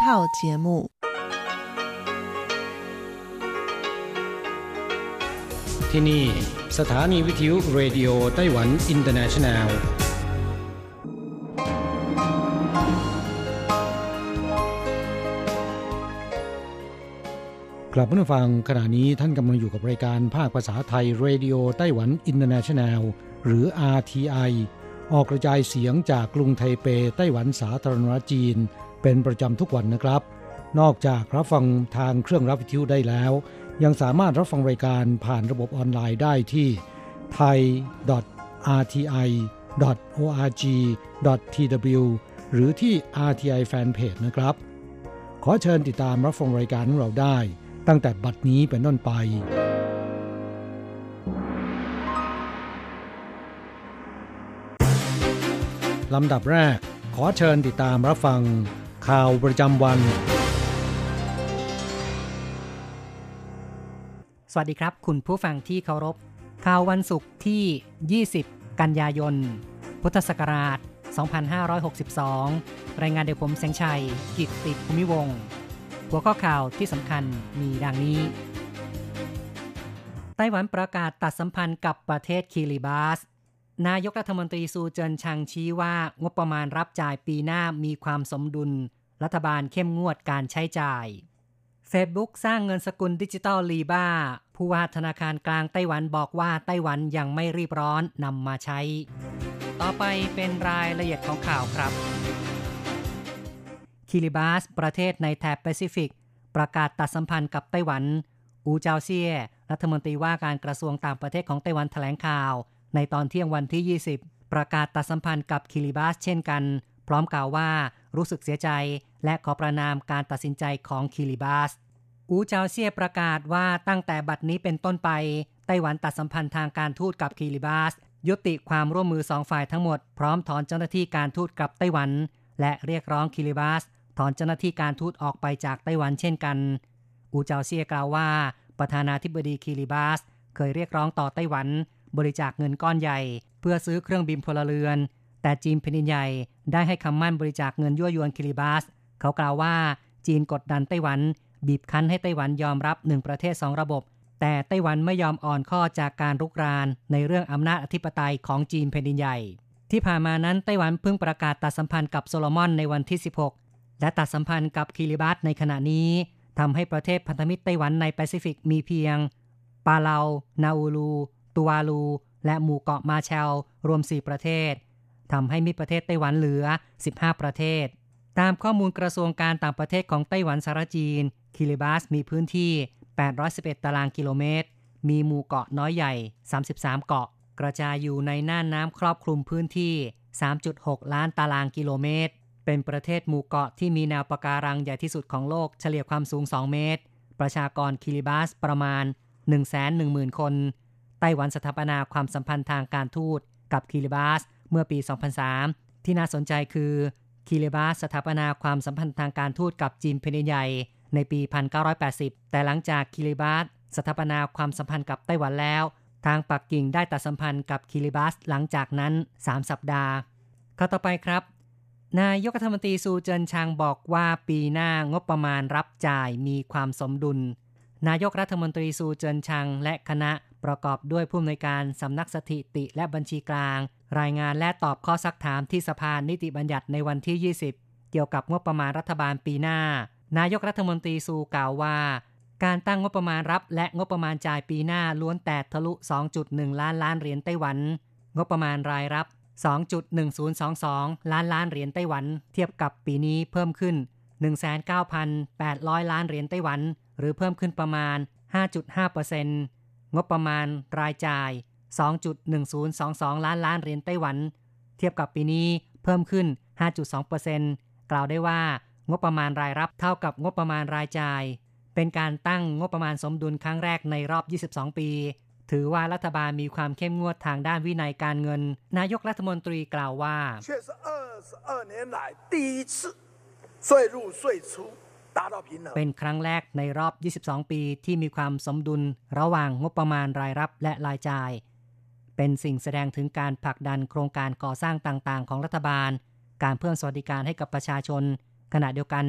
套节目。 ที่นี่สถานีวิทยุเรดิโอไต้หวันอินเตอร์เนชั่นแนลกลับมาฟังขณะนี้ท่านกำลังอยู่กับรายการภาคภาษาไทยเรดิโอไต้หวันอินเตอร์เนชั่นแนลหรือ RTI ออกกระจายเสียงจากกรุงไทเปไต้หวันสาธารณรัฐจีนเป็นประจำทุกวันนะครับนอกจากรับฟังทางเครื่องรับวิทยุได้แล้วยังสามารถรับฟังรายการผ่านระบบออนไลน์ได้ที่ thai.rti.org.tw หรือที่ RTI Fanpage นะครับขอเชิญติดตามรับฟังรายการของเราได้ตั้งแต่บัดนี้เป็นต้นไปลำดับแรกขอเชิญติดตามรับฟังข่าวประจำวันสวัสดีครับคุณผู้ฟังที่เคารพข่าววันศุกร์ที่20กันยายนพุทธศักราช2562รายงานโดยผมแสงชัยกิตติภูมิวงศ์หัวข้อข่าวที่สำคัญมีดังนี้ไต้หวันประกาศตัดสัมพันธ์กับประเทศคิริบาสนายกรัฐมนตรีซูเจินชังชี้ว่างบประมาณรับจ่ายปีหน้ามีความสมดุลรัฐบาลเข้มงวดการใช้จ่าย Facebook สร้างเงินสกุลดิจิตอลลีบ้าผู้ว่าธนาคารกลางไต้หวันบอกว่าไต้หวันยังไม่รีบร้อนนำมาใช้ต่อไปเป็นรายละเอียดของข่าวครับคิริบาสประเทศในแถบแปซิฟิกประกาศตัดสัมพันธ์กับไต้หวันอูเจาเซี่ยรัฐมนตรีว่าการกระทรวงต่างประเทศของไต้หวันแถลงข่าวในตอนเที่ยงวันที่20ประกาศตัดสัมพันธ์กับคิริบาสเช่นกันพร้อมกล่าวว่ารู้สึกเสียใจและขอประณามการตัดสินใจของคิริบาสอูเจาเซี่ยประกาศว่าตั้งแต่บัดนี้เป็นต้นไปไต้หวันตัดสัมพันธ์ทางการทูตกับคิริบาสยุติความร่วมมือ2ฝ่ายทั้งหมดพร้อมถอนเจ้าหน้าที่การทูตกับไต้หวันและเรียกร้องคิริบาสถอนเจ้าหน้าที่การทูตออกไปจากไต้หวันเช่นกันอูเจาเซี่ยกล่าวว่าประธานาธิบดีคิริบาสเคยเรียกร้องต่อไต้หวันบริจาคเงินก้อนใหญ่เพื่อซื้อเครื่องบินพลเรือนแต่จีนแผ่นดินใหญ่ได้ให้คำมั่นบริจาคเงินยั่วยวนคิริบาสเขากล่าวว่าจีนกดดันไต้หวันบีบคั้นให้ไต้หวันยอมรับ1ประเทศ2ระบบแต่ไต้หวันไม่ยอมอ่อนข้อจากการรุกรานในเรื่องอำนาจอธิปไตยของจีนแผ่นดินใหญ่ที่ผ่านมานั้นไต้หวันเพิ่งประกาศตัดสัมพันธ์กับโซโลมอนในวันที่16และตัดสัมพันธ์กับคิริบาสในขณะนี้ทำให้ประเทศพันธมิตรไต้หวันในแปซิฟิกมีเพียงปาเลานาอูลูตูวาลูและหมู่เกาะมาแชลรวม4ประเทศทำให้มีประเทศไต้หวันเหลือ15ประเทศตามข้อมูลกระทรวงการต่างประเทศของไต้หวันสาธารณจีนคิริบาสมีพื้นที่811ตารางกิโลเมตรมีหมู่เกาะน้อยใหญ่33เกาะกระจายอยู่ในน่านน้ำครอบคลุมพื้นที่ 3.6 ล้านตารางกิโลเมตรเป็นประเทศหมู่เกาะที่มีแนวปะการังใหญ่ที่สุดของโลกเฉลี่ยความสูง2เมตรประชากรคิริบาสประมาณ 110,000 คนไต้หวันสถาปนาความสัมพันธ์ทางการทูตกับคิริบาสเมื่อปี 2003 ที่น่าสนใจคือคิริบาสสถาปนาความสัมพันธ์ทางการทูตกับจีนแผ่นดินใหญ่ในปี 1980 แต่หลังจากคิริบาสสถาปนาความสัมพันธ์กับไต้หวันแล้วทางปักกิ่งได้ตัดสัมพันธ์กับคิริบาสหลังจากนั้น3สัปดาห์ข้อต่อไปครับนายกรัฐมนตรีซูเจินชางบอกว่าปีหน้างบประมาณรับจ่ายมีความสมดุลนายกรัฐมนตรีซูเจินชางและคณะประกอบด้วยผู้อำนวยการสำนักสถิติและบัญชีกลางรายงานและตอบข้อซักถามที่สภานิติบัญญัติในวันที่20เกี่ยวกับงบประมาณรัฐบาลปีหน้านายกรัฐมนตรีซูกล่าวว่าการตั้งงบประมาณรับและงบประมาณจ่ายปีหน้าล้วนแต่ทะลุ 2.1 ล้านล้านเหรียญไต้หวันงบประมาณรายรับ 2.1022 ล้านล้านเหรียญไต้หวันเทียบกับปีนี้เพิ่มขึ้น 19,800 ล้านเหรียญไต้หวันหรือเพิ่มขึ้นประมาณ 5.5% งบประมาณรายจ่าย 2.1022 ล้านล้านเหรียญไต้หวันเทียบกับปีนี้เพิ่มขึ้น 5.2% กล่าวได้ว่างบประมาณรายรับเท่ากับงบประมาณรายจ่ายเป็นการตั้งงบประมาณสมดุลครั้งแรกในรอบ22ปีถือว่ารัฐบาลมีความเข้มงวดทางด้านวินัยการเงินนายกรัฐมนตรีกล่าวว่าเป็นครั้งแรกในรอบ22ปีที่มีความสมดุลระหว่างงบประมาณรายรับและรายจ่ายเป็นสิ่งแสดงถึงการผลักดันโครงการก่อสร้างต่างๆของรัฐบาลการเพิ่มสวัสดิการให้กับประชาชนขณะเดียวกัน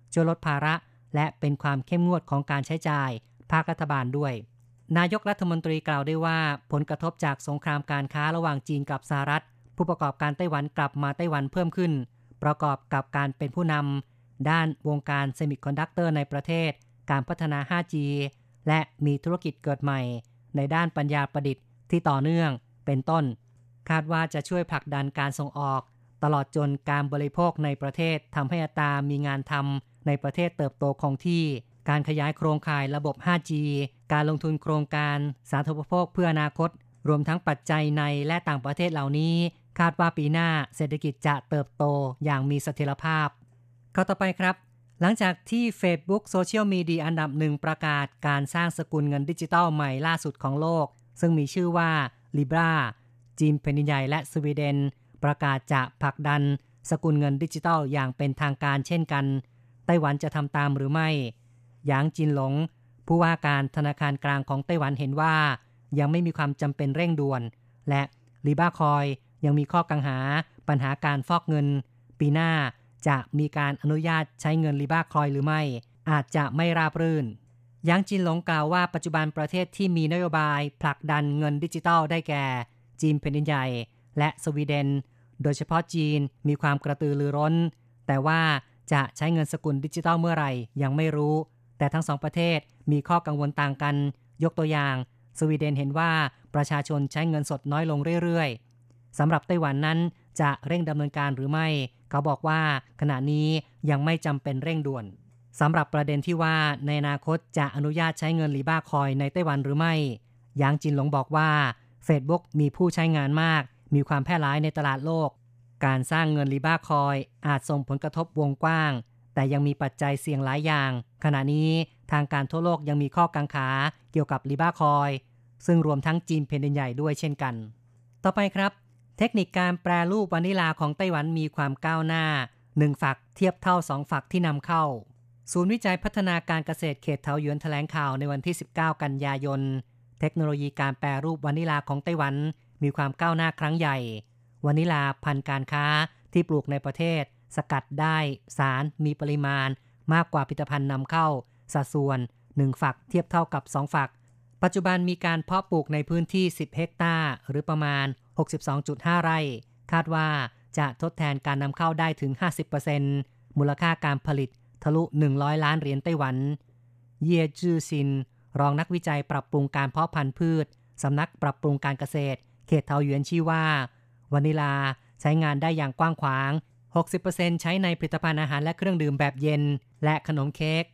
ช่วยลดภาระและเป็นความเข้มงวดของการใช้จ่ายภาครัฐบาลด้วยนายกรัฐมนตรีกล่าวได้ว่าผลกระทบจากสงครามการค้าระหว่างจีนกับสหรัฐผู้ประกอบการไต้หวันกลับมาไต้หวันเพิ่มขึ้นประกอบกับการเป็นผู้นำด้านวงการเซมิคอนดักเตอร์ในประเทศการพัฒนา 5G และมีธุรกิจเกิดใหม่ในด้านปัญญาประดิษฐ์ที่ต่อเนื่องเป็นต้นคาดว่าจะช่วยผลักดันการส่งออกตลอดจนการบริโภคในประเทศทำให้อัตรามีงานทำในประเทศเติบโตคงที่การขยายโครงข่ายระบบ 5G การลงทุนโครงการสาธารณูปโภคเพื่ออนาคตรวมทั้งปัจจัยในและต่างประเทศเหล่านี้คาดว่าปีหน้าเศรษฐกิจจะเติบโตอย่างมีเสถียรภาพข้อต่อไปครับหลังจากที่ Facebook โซเชียลมีเดียอันดับหนึ่งประกาศการสร้างสกุลเงินดิจิทัลใหม่ล่าสุดของโลกซึ่งมีชื่อว่า Libra จีนแผ่นดินใหญ่และสวีเดนประกาศจะผลักดันสกุลเงินดิจิทัลอย่างเป็นทางการเช่นกันไต้หวันจะทำตามหรือไม่หยางจินหลงผู้ว่าการธนาคารกลางของไต้หวันเห็นว่ายังไม่มีความจำเป็นเร่งด่วนและ Libra Coin ยังมีข้อกังหาปัญหาการฟอกเงินปีหน้าจะมีการอนุญาตใช้เงิน Libra Coin หรือไม่อาจจะไม่ราบรื่นหยางจินหลงกล่าวว่าปัจจุบันประเทศที่มีนโยบายผลักดันเงินดิจิทัลได้แก่จีนแผ่นดินใหญ่และสวีเดนโดยเฉพาะจีนมีความกระตือรือร้นแต่ว่าจะใช้เงินสกุลดิจิทัลเมื่อไหร่ยังไม่รู้แต่ทั้งสองประเทศมีข้อกังวลต่างกันยกตัวอย่างสวีเดนเห็นว่าประชาชนใช้เงินสดน้อยลงเรื่อยๆสำหรับไต้หวันนั้นจะเร่งดำเนินการหรือไม่เขาบอกว่าขณะนี้ยังไม่จำเป็นเร่งด่วนสำหรับประเด็นที่ว่าในอนาคตจะอนุญาตใช้เงิน Libra Coin ในไต้หวันหรือไม่หยางจินหลงบอกว่า Facebook มีผู้ใช้งานมากมีความแพร่หลายในตลาดโลกการสร้างเงิน Libra Coin อาจส่งผลกระทบวงกว้างแต่ยังมีปัจจัยเสี่ยงหลายอย่างขณะนี้ทางการทั่วโลกยังมีข้อกังขาเกี่ยวกับ Libra Coin ซึ่งรวมทั้งจีนแผ่นดินใหญ่ด้วยเช่นกันต่อไปครับเทคนิคการแปรรูปวานิลาของไต้หวันมีความก้าวหน้า1ฝักเทียบเท่า2ฝักที่นำเข้าศูนย์วิจัยพัฒนาการเกษตรเขตเทาหยวนแถลงข่าวในวันที่19กันยายนเทคโนโลยีการแปรรูปวานิลาของไต้หวันมีความก้าวหน้าครั้งใหญ่วานิลาพันธุ์การค้าที่ปลูกในประเทศสกัดได้สารมีปริมาณมากกว่าผลิตภัณฑ์นำเข้าสัดส่วน1ฝักเทียบเท่ากับ2ฝักปัจจุบันมีการเพาะปลูกในพื้นที่10เฮกตาร์หรือประมาณ 62.5 ไร่คาดว่าจะทดแทนการนำเข้าได้ถึง 50% มูลค่าการผลิตทะลุ100ล้านเหรียญไต้หวันเย่จื้อซินรองนักวิจัยปรับปรุงการเพาะพันธุ์พืชสำนักปรับปรุงการเกษตรเขตเทาหยวนชี้ว่าวานิลาใช้งานได้อย่างกว้างขวาง 60% ใช้ในผลิตภัณฑ์อาหารและเครื่องดื่มแบบเย็นและขนมเค้ก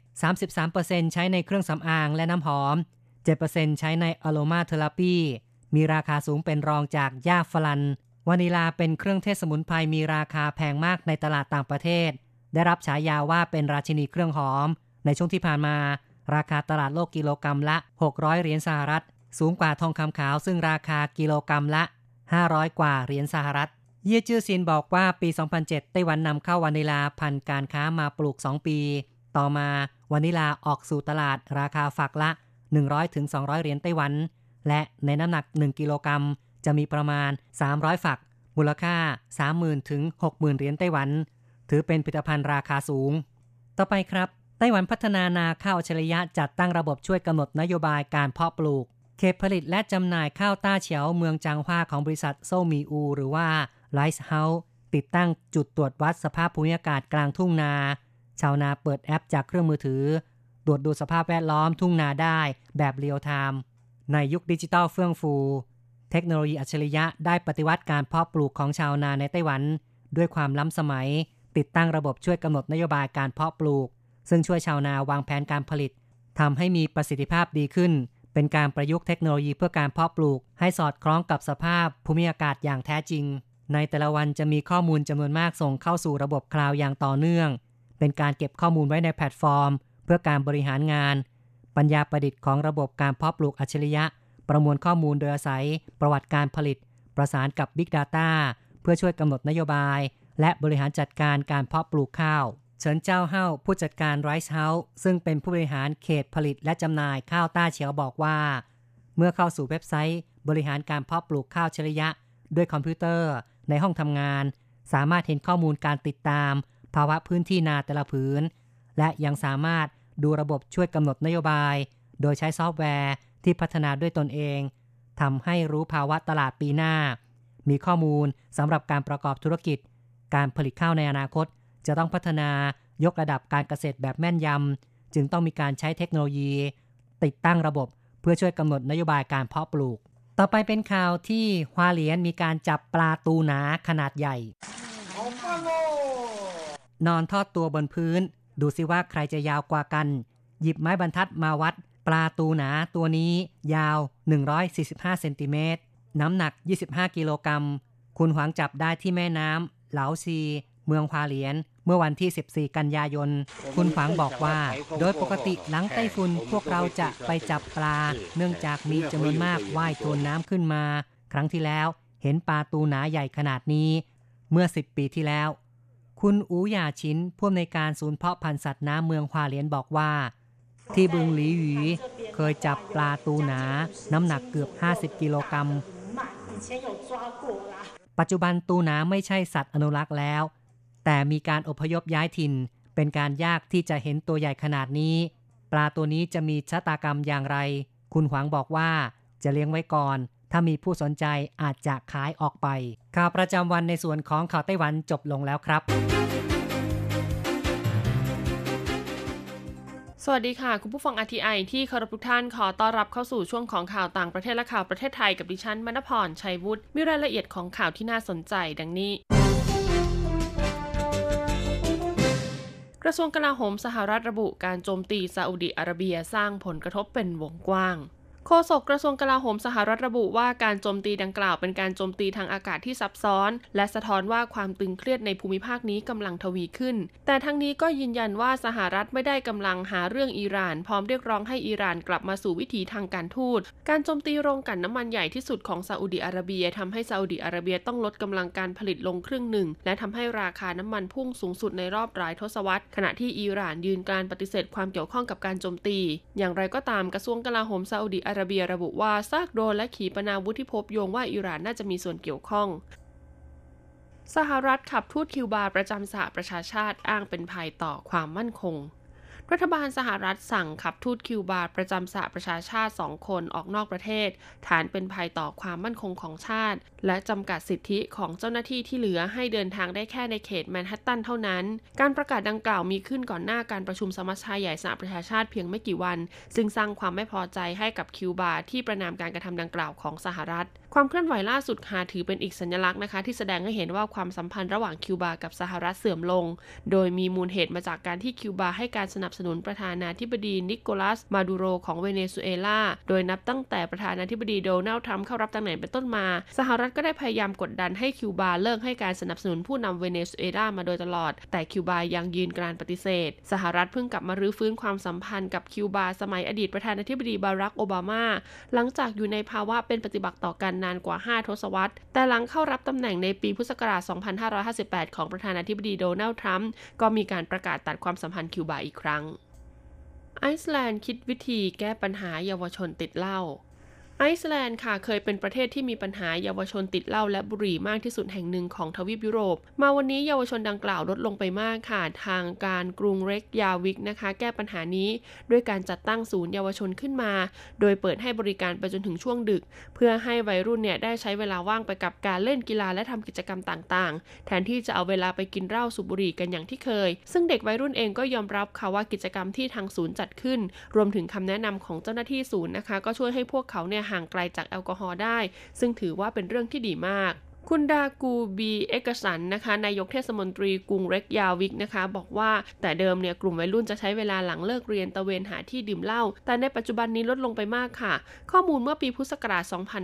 33% ใช้ในเครื่องสำอางและน้ำหอม 7% ใช้ในอะโรมาเทอราปีมีราคาสูงเป็นรองจากหญ้าฝรั่งวานิลาเป็นเครื่องเทศสมุนไพรมีราคาแพงมากในตลาดต่างประเทศได้รับฉายาว่าเป็นราชินีเครื่องหอมในช่วงที่ผ่านมาราคาตลาดโลกกิโลกรัมละ600เหรียญสหรัฐสูงกว่าทองคำขาวซึ่งราคากิโลกรัมละ500กว่าเหรียญสหรัฐเย่จื้อซินบอกว่าปี 2007 ไต้หวันนำเข้าวานิลาพันธุ์การค้ามาปลูก2ปีต่อมาวานิลาออกสู่ตลาดราคาฝักละ 100-200 เหรียญไต้หวันและในน้ำหนัก1กิโลกรัมจะมีประมาณ300ฝักมูลค่า 30,000 ถึง 60,000 เหรียญไต้หวันถือเป็นผลิตภัณฑ์ราคาสูงต่อไปครับไต้หวันพัฒนานาข้าวอัจฉริยะจัดตั้งระบบช่วยกำหนดนโยบายการเพาะปลูกเขตผลิตและจำหน่ายข้าวต้าเฉียวเมืองจางฮวาของบริษัทโซมีอูหรือว่าไลท์เฮาส์ติดตั้งจุดตรวจวัดสภาพภูมิอากาศกลางทุ่งนาชาวนาเปิดแอปจากเครื่องมือถือตรวจดูสภาพแวดล้อมทุ่งนาได้แบบเรียลไทม์ในยุคดิจิทัลเฟื่องฟูเทคโนโลยีอัจฉริยะได้ปฏิวัติการเพาะปลูกของชาวนาในไต้หวันด้วยความล้ำสมัยติดตั้งระบบช่วยกำหนดนโยบายการเพาะปลูกซึ่งช่วยชาวนาวางแผนการผลิตทำให้มีประสิทธิภาพดีขึ้นเป็นการประยุกต์เทคโนโลยีเพื่อการเพาะปลูกให้สอดคล้องกับสภาพภูมิอากาศอย่างแท้จริงในแต่ละวันจะมีข้อมูลจำนวนมากส่งเข้าสู่ระบบคลาวด์อย่างต่อเนื่องเป็นการเก็บข้อมูลไว้ในแพลตฟอร์มเพื่อการบริหารงานปัญญาประดิษฐ์ของระบบการเพาะปลูกอัจฉริยะประมวลข้อมูลโดยอาศัยประวัติการผลิตประสานกับ Big Data เพื่อช่วยกำหนดนโยบายและบริหารจัดการการเพาะปลูกข้าวเฉินเจ้าเฮาผู้จัดการไรซ์เฮาส์ซึ่งเป็นผู้บริหารเขตผลิตและจำหน่ายข้าวต้าเฉียวบอกว่าเมื่อเข้าสู่เว็บไซต์บริหารการเพาะปลูกข้าวอัจฉริยะด้วยคอมพิวเตอร์ในห้องทำงานสามารถเห็นข้อมูลการติดตามภาวะพื้นที่นาแต่ละผืนและยังสามารถดูระบบช่วยกำหนดนโยบายโดยใช้ซอฟต์แวร์ที่พัฒนาด้วยตนเองทำให้รู้ภาวะตลาดปีหน้ามีข้อมูลสำหรับการประกอบธุรกิจการผลิตข้าวในอนาคตจะต้องพัฒนายกระดับการเกษตรแบบแม่นยำจึงต้องมีการใช้เทคโนโลยีติดตั้งระบบเพื่อช่วยกำหนดนโยบายการเพาะปลูกต่อไปเป็นข่าวที่ฮวาเหลียนมีการจับปลาตูหนาขนาดใหญ่นอนทอดตัวบนพื้นดูสิว่าใครจะยาวกว่ากันหยิบไม้บรรทัดมาวัดปลาตูหนาตัวนี้ยาว145เซนติเมตรน้ำหนัก25กิโลกรัมคุณหวังจับได้ที่แม่น้ำเหลาซีเมืองฮวาเหลียนเมื่อวันที่14กันยายนคุณหวังบอกว่าโดยปกติหลังไต้ฝุ่นพวกเราจะไปจับปลาเนื่องจากมีจำนวนมากว่ายโทนน้ำขึ้นมาครั้งที่แล้วเห็นปลาตูหนาใหญ่ขนาดนี้เมื่อ10ปีที่แล้วคุณอูหย่าชินผู้อำนวยการศูนย์เพาะพันธุ์สัตว์น้ำเมืองฮวาเหลียนบอกว่าที่บึงหลีหวีเคยจับปลาตูหนาน้ำหนักเกือบ50กิโลกรัมปัจจุบันตูหนาไม่ใช่สัตว์อนุรักษ์แล้วแต่มีการอพยพย้ายถิ่นเป็นการยากที่จะเห็นตัวใหญ่ขนาดนี้ปลาตัวนี้จะมีชะตากรรมอย่างไรคุณหวังบอกว่าจะเลี้ยงไว้ก่อนถ้ามีผู้สนใจอาจจะขายออกไปข่าวประจำวันในส่วนของข่าวไต้หวันจบลงแล้วครับสวัสดีค่ะคุณผู้ฟัง RTI ที่เคารพทุกท่านขอต้อนรับเข้าสู่ช่วงของข่าวต่างประเทศและข่าวประเทศไทยกับดิฉันมณพรชัยวุฒิมีรายละเอียดของข่าวที่น่าสนใจดังนี้กระทรวงกลาโหมสหรัฐระบุการโจมตีซาอุดิอาระเบียสร้างผลกระทบเป็นวงกว้างโฆษกกระทรวงกลาโหมสหรัฐระบุว่าการโจมตีดังกล่าวเป็นการโจมตีทางอากาศที่ซับซ้อนและสะท้อนว่าความตึงเครียดในภูมิภาคนี้กำลังทวีขึ้นแต่ทั้งนี้ก็ยืนยันว่าสหรัฐไม่ได้กำลังหาเรื่องอิหร่านพร้อมเรียกร้องให้อิหร่านกลับมาสู่วิถีทางการทูตการโจมตีโรงกลั่นน้ำมันใหญ่ที่สุดของซาอุดิอาระเบียทำให้ซาอุดิอาระเบียต้องลดกำลังการผลิตลงครึ่งหนึ่งและทำให้ราคาน้ำมันพุ่งสูงสุดในรอบหลายทศวรรษขณะที่อิหร่านยืนการปฏิเสธความเกี่ยวข้องกับการโจมตีอย่างไรก็ตามกระทรวงกลาโหมซาอุดิอาระเบียระบุว่าซากโดรนและขีปนาวุธที่พบโยงว่าอิหร่านน่าจะมีส่วนเกี่ยวข้องสหรัฐขับทูตคิวบาประจำสหประชาชาติอ้างเป็นภัยต่อความมั่นคงรัฐบาลสหรัฐสั่งขับทูตคิวบาประจำสหประชาชาติ2คนออกนอกประเทศฐานเป็นภัยต่อความมั่นคงของชาติและจำกัดสิทธิของเจ้าหน้าที่ที่เหลือให้เดินทางได้แค่ในเขตแมนฮัตตันเท่านั้นการประกาศดังกล่าวมีขึ้นก่อนหน้าการประชุมสมัชชาใหญ่สหประชาชาติเพียงไม่กี่วันซึ่งสร้างความไม่พอใจให้กับคิวบาที่ประณามการกระทำดังกล่าวของสหรัฐความเคลื่อนไหวล่าสุดถือเป็นอีกสัญลักษณ์นะคะที่แสดงให้เห็นว่าความสัมพันธ์ระหว่างคิวบากับสหรัฐเสื่อมลงโดยมีมูลเหตุมาจากการที่คิวบาให้การสนับสนุนประธานาธิบดีนิโคลัสมาดูโรของเวเนซุเอลาโดยนับตั้งแต่ประธานาธิบดีโดนัลด์ทรัมป์เข้ารับตำแหน่งเป็นต้นมาสหรัฐก็ได้พยายามกดดันให้คิวบาเลิกให้การสนับสนุนผู้นำเวเนซุเอลามาโดยตลอดแต่คิวบายังยืนกรานปฏิเสธสหรัฐเพิ่งกลับมารื้อฟื้นความสัมพันธ์กับคิวบาสมัยอดีตประธานาธิบดีบารักโอบามาหลังจากอยู่ในภาวะเป็นปฏิบัติต่อกันนานกว่า5ทศวรรษแต่หลังเข้ารับตำแหน่งในปีพุทธศักราช 2558 ของประธานาธิบดีโดนัลด์ทรัมป์ก็มีการประกาศตัดความสัมพันธ์คิวบาอีกครั้งไอซ์แลนด์คิดวิธีแก้ปัญหาเยาวชนติดเหล้าไอซ์แลนด์ค่ะเคยเป็นประเทศที่มีปัญหาเยาวชนติดเหล้าและบุหรี่มากที่สุดแห่งหนึ่งของทวีปยุโรปมาวันนี้เยาวชนดังกล่าวลดลงไปมากค่ะทางการกรุงเรกยาวิกนะคะแก้ปัญหานี้ด้วยการจัดตั้งศูนย์เยาวชนขึ้นมาโดยเปิดให้บริการไปจนถึงช่วงดึกเพื่อให้วัยรุ่นเนี่ยได้ใช้เวลาว่างไปกับการเล่นกีฬาและทำกิจกรรมต่างๆแทนที่จะเอาเวลาไปกินเหล้าสูบบุหรี่กันอย่างที่เคยซึ่งเด็กวัยรุ่นเองก็ยอมรับค่ะว่ากิจกรรมที่ทางศูนย์จัดขึ้นรวมถึงคำแนะนำของเจ้าหน้าที่ศูนย์นะคะก็ช่วยให้พวกเขาเนี่ยห่างไกลจากแอลกอฮอล์ได้ซึ่งถือว่าเป็นเรื่องที่ดีมากคุณดากูบีเอกสันนะคะนายกเทศมนตรีกรุงเรกยาวิกนะคะบอกว่าแต่เดิมเนี่ยกลุ่มวัยรุ่นจะใช้เวลาหลังเลิกเรียนตะเวนหาที่ดื่มเหล้าแต่ในปัจจุบันนี้ลดลงไปมากค่ะข้อมูลเมื่อปีพุทธศักราช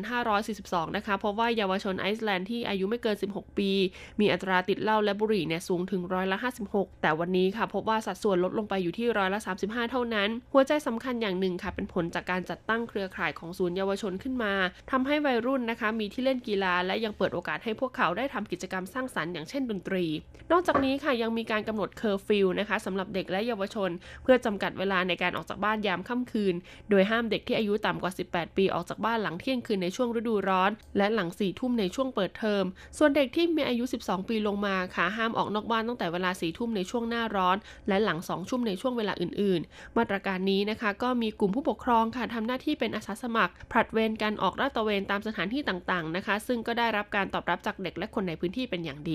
2542 นะคะเพราะว่าเยาวชนไอซ์แลนด์ที่อายุไม่เกิน 16 ปีมีอัตราติดเหล้าและบุหรี่เนี่ยสูงถึง56%แต่วันนี้ค่ะพบว่าสัดส่วนลดลงไปอยู่ที่35%เท่านั้นหัวใจสำคัญอย่างหนึ่งค่ะเป็นผลจากการจัดตั้งเครือข่ายของศูนย์เยาวชนขึ้นมาทำให้วัยรุ่นนะคะมีที่เล่นกีฬาและยังเปิดโอกาสาสให้พวกเขาได้ทำกิจกรรมสร้างสรรค์อย่างเช่นดนตรีนอกจากนี้ค่ะยังมีการกำหนดเคอร์ฟิวนะคะสำหรับเด็กและเยาวชนเพื่อจำกัดเวลาในการออกจากบ้านยามค่ำคืนโดยห้ามเด็กที่อายุต่ำกว่า18ปีออกจากบ้านหลังเที่ยงคืนในช่วงฤดูร้อนและหลัง 4 ทุ่มในช่วงเปิดเทอมส่วนเด็กที่มีอายุ12ปีลงมาค่ะห้ามออกนอกบ้านตั้งแต่เวลา 4 ทุ่มในช่วงหน้าร้อนและหลัง 2 ทุ่มในช่วงเวลาอื่นๆมาตรการนี้นะคะก็มีกลุ่มผู้ปกครองค่ะทำหน้าที่เป็นอาสาสมัครผลัดเวรการออกลาดตระเวนตามสถานที่ต่างๆนะคะซึ่งก็ได้รับการตอบรับจากเด็กและคนในพื้นที่เป็นอย่างดี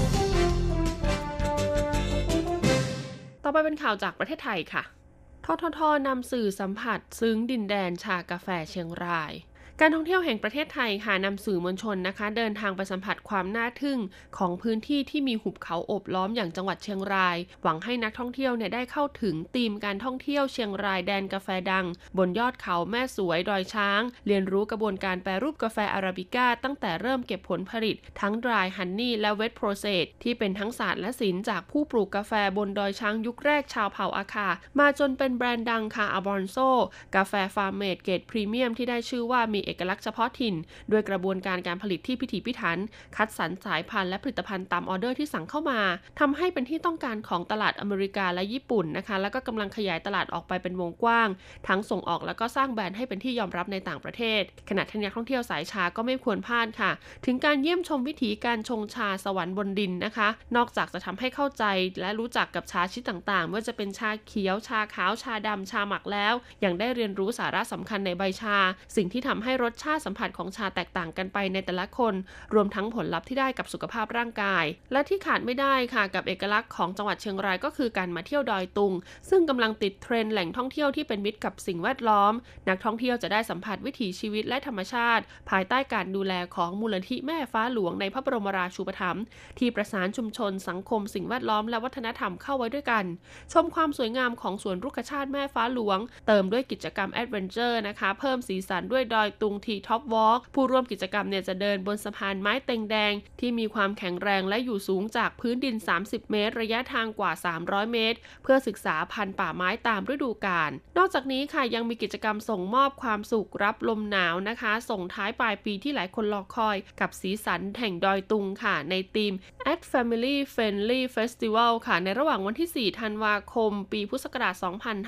ต่อไปเป็นข่าวจากประเทศไทยค่ะททท.นำสื่อสัมผัสซึ้งดินแดนชากาแฟเชียงรายการท่องเที่ยวแห่งประเทศไทยค่ะนำสื่อมวลชนนะคะเดินทางไปสัมผัสความน่าทึ่งของพื้นที่ที่มีหุบเขาโอบล้อมอย่างจังหวัดเชียงรายหวังให้นักท่องเที่ยวได้เข้าถึงธีมการท่องเที่ยวเชียงรายแดนกาแฟดังบนยอดเขาแม่สวยดอยช้างเรียนรู้กระบวนการแปรรูปกาแฟอาราบิก้าตั้งแต่เริ่มเก็บผลผลิตทั้ง dry honey และ wet process ที่เป็นทั้งศาสตร์และศิลป์จากผู้ปลูกกาแฟบนดอยช้างยุคแรกชาวเผ่าอาคามาจนเป็นแบรนด์ดังค่ะอาบอนโซกาแฟฟาร์มเมดเกรดพรีเมียมที่ได้ชื่อว่ามีเอกลักษณ์เฉพาะถิ่นด้วยกระบวนการการผลิตที่พิถีพิถันคัดสรรสายพันธุ์และผลิตภัณฑ์ตามออเดอร์ที่สั่งเข้ามาทำให้เป็นที่ต้องการของตลาดอเมริกาและญี่ปุ่นนะคะแล้วก็กำลังขยายตลาดออกไปเป็นวงกว้างทั้งส่งออกแล้วก็สร้างแบรนด์ให้เป็นที่ยอมรับในต่างประเทศขณะที่นักท่องเที่ยวสายชาก็ไม่ควรพลาดค่ะถึงการเยี่ยมชมวิถีการชงชาสวรรค์บนดินนะคะนอกจากจะทำให้เข้าใจและรู้จักกับชาชนิดต่างๆไม่ว่าจะเป็นชาเขียวชาขาวชาดำชาหมักแล้วยังได้เรียนรู้สาระสำคัญในใบชาสิ่งที่ทำให้รสชาติสัมผัสของชาแตกต่างกันไปในแต่ละคนรวมทั้งผลลัพธ์ที่ได้กับสุขภาพร่างกายและที่ขาดไม่ได้ค่ะกับเอกลักษณ์ของจังหวัดเชียงรายก็คือการมาเที่ยวดอยตุงซึ่งกำลังติดเทรนด์แหล่งท่องเที่ยวที่เป็นมิตรกับสิ่งแวดล้อมนักท่องเที่ยวจะได้สัมผัสวิถีชีวิตและธรรมชาติภายใต้การดูแลของมูลนิธิแม่ฟ้าหลวงในพระบรมราชูปถัมภ์ที่ประสานชุมชนสังคมสิ่งแวดล้อมและวัฒนธรรมเข้าไว้ด้วยกันชมความสวยงามของสวนรุกขชาติแม่ฟ้าหลวงเติมด้วยกิจกรรมแอดเวนเจอร์นะคะเพิ่มสีสันด้วยดอยตุงทีท็อปวอล์กผู้ร่วมกิจกรรมจะเดินบนสะพานไม้เต็งแดงที่มีความแข็งแรงและอยู่สูงจากพื้นดิน30เมตรระยะทางกว่า300เมตรเพื่อศึกษาพันธุ์ป่าไม้ตามฤดูกาลนอกจากนี้ค่ะยังมีกิจกรรมส่งมอบความสุขรับลมหนาวนะคะส่งท้ายปลายปีที่หลายคนรอคอยกับสีสันแห่งดอยตุงค่ะในธีม At Family Friendly Festival ค่ะในระหว่างวันที่4ธันวาคมปีพุทธศักราช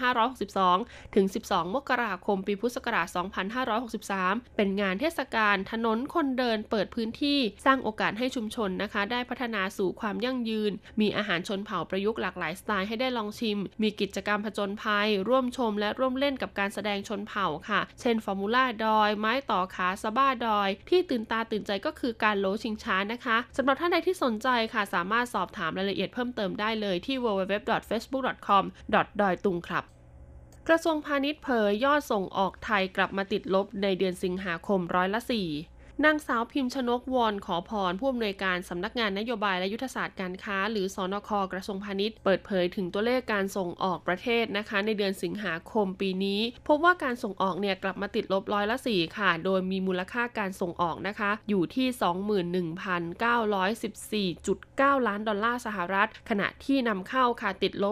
2562ถึง12มกราคมปีพุทธศักราช2563เป็นงานเทศกาลถนนคนเดินเปิดพื้นที่สร้างโอกาสให้ชุมชนนะคะได้พัฒนาสู่ความยั่งยืนมีอาหารชนเผ่าประยุกต์หลากหลายสไตล์ให้ได้ลองชิมมีกิจกรรมผจญภัยร่วมชมและร่วมเล่นกับการแสดงชนเผ่าค่ะเช่นฟอร์มูล่าดอยไม้ต่อขาสะบ้าดอยที่ตื่นตาตื่นใจก็คือการโลชิงช้านะคะสำหรับท่านใดที่สนใจค่ะสามารถสอบถามรายละเอียดเพิ่มเติมได้เลยที่ www.facebook.com/doi tung ครับกระทรวงพาณิชย์เผยยอดส่งออกไทยกลับมาติดลบในเดือนสิงหาคม4%นางสาวพิมพ์ชนกวอนขอพรผู้อำนวยการสำนักงานนโยบายและยุทธศาสตร์การค้าหรือสนค.กระทรวงพาณิชย์เปิดเผยถึงตัวเลขการส่งออกประเทศนะคะในเดือนสิงหาคมปีนี้พบว่าการส่งออกกลับมาติดลบ4%ค่ะโดยมีมูลค่าการส่งออกนะคะอยู่ที่ 21,914.9 ล้านดอลลาร์สหรัฐขณะที่นำเข้าค่ะติดลบ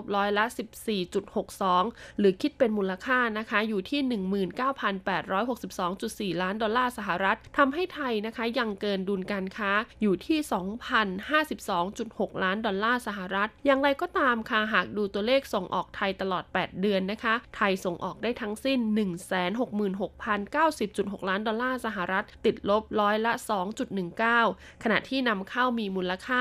14.62%หรือคิดเป็นมูลค่านะคะอยู่ที่ 19,862.4 ล้านดอลลาร์สหรัฐทำให้ไทยนะคะยังเกินดุลการค้าอยู่ที่ 2,052.6 ล้านดอลลาร์สหรัฐอย่างไรก็ตามค่ะหากดูตัวเลขส่งออกไทยตลอด8เดือนนะคะไทยส่งออกได้ทั้งสิ้น 166,090.6 ล้านดอลลาร์สหรัฐติดลบ2.19% ขณะที่นำเข้ามีมูลค่า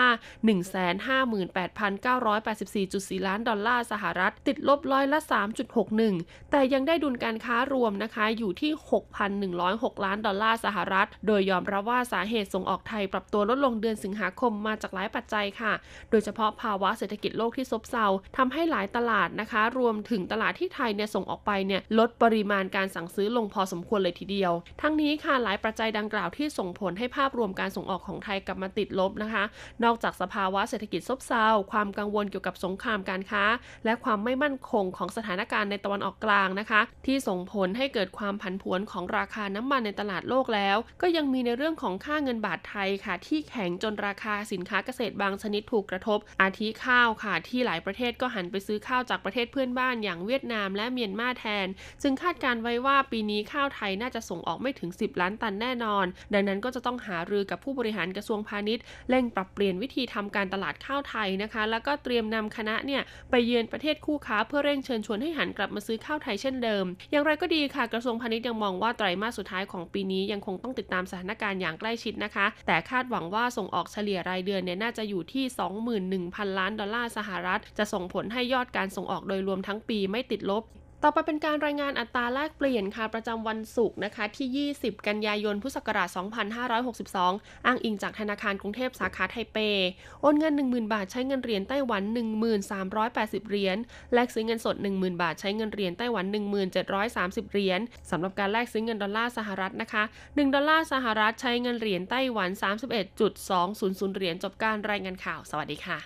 158,984.4 ล้านดอลลาร์สหรัฐติดลบ3.61% แต่ยังได้ดุลการค้ารวมนะคะอยู่ที่ 6,106 ล้านดอลลาร์สหรัฐโดยยอมรับว่าสาเหตุส่งออกไทยปรับตัวลดลงเดือนสิงหาคมมาจากหลายปัจจัยค่ะโดยเฉพาะภาวะเศรษฐกิจโลกที่ซบเซาทำให้หลายตลาดนะคะรวมถึงตลาดที่ไทยส่งออกไปลดปริมาณการสั่งซื้อลงพอสมควรเลยทีเดียวทั้งนี้ค่ะหลายปัจจัยดังกล่าวที่ส่งผลให้ภาพรวมการส่งออกของไทยกลับมาติดลบนะคะนอกจากสภาวะเศรษฐกิจซบเซาความกังวลเกี่ยวกับสงครามการค้าและความไม่มั่นคงของสถานการณ์ในตะวันออกกลางนะคะที่ส่งผลให้เกิดความผันผวนของราคาน้ำมันในตลาดโลกแล้วก็ยังยังมีในเรื่องของค่าเงินบาทไทยค่ะที่แข็งจนราคาสินค้าเกษตรบางชนิดถูกกระทบอาทิข้าวค่ะที่หลายประเทศก็หันไปซื้อข้าวจากประเทศเพื่อนบ้านอย่างเวียดนามและเมียนมาแทนซึ่งคาดการไว้ว่าปีนี้ข้าวไทยน่าจะส่งออกไม่ถึง10 ล้านตันแน่นอนดังนั้นก็จะต้องหารือกับผู้บริหารกระทรวงพาณิชย์เร่งปรับเปลี่ยนวิธีทำการตลาดข้าวไทยนะคะแล้วก็เตรียมนำคณะไปเยือนประเทศคู่ค้าเพื่อเร่งเชิญชวนให้หันกลับมาซื้อข้าวไทยเช่นเดิมอย่างไรก็ดีค่ะกระทรวงพาณิชย์ยังมองว่าไตรมาสสุดท้ายของปีนี้ยังคงต้องติดตามสถานการณ์อย่างใกล้ชิดนะคะแต่คาดหวังว่าส่งออกเฉลี่ยรายเดือนน่าจะอยู่ที่ 21,000 ล้านดอลลาร์สหรัฐจะส่งผลให้ยอดการส่งออกโดยรวมทั้งปีไม่ติดลบต่อไปเป็นการรายงานอัตราแลกเปลี่ยนค่ะประจำวันศุกร์นะคะที่20กันยายนพุทธศักราช2562อ้างอิงจากธนาคารกรุงเทพสาขาไทเปโอนเงิน 10,000 บาทใช้เงินเหรียญไต้หวัน 1380 เหรียญแลกซื้อเงินสด 10,000 บาทใช้เงินเหรียญไต้หวัน 1730 เหรียญสำหรับการแลกซื้อเงินดอลลาร์สหรัฐนะคะ1ดอลลาร์สหรัฐใช้เงินเหรียญไต้หวัน 31.200 เหรียญจบการรายงานข่าวสวัสดีค่ะ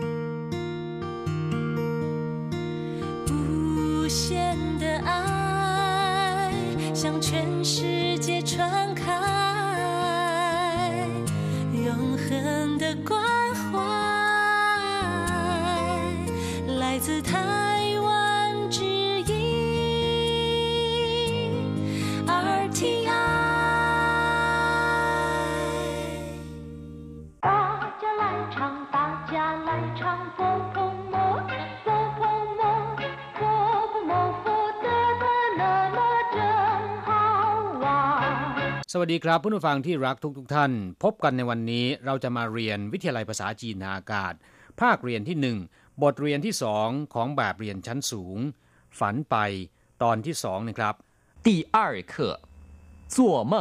无限的爱向全世界传开永恒的关怀来自台湾之音 RTI 大家来唱大家来唱佛佛摩佛佛摩佛佛摩佛得得乐乐真好玩สวัสดีครับผู้ฟังที่รักทุกท่านพบกันในวันนี้เราจะมาเรียนวิทยาลัยภาษาจีนทางอากาศภาคเรียนที่1บทเรียนที่2ของแบบเรียนชั้นสูงฝันไปตอนที่2นะครับ第二课做梦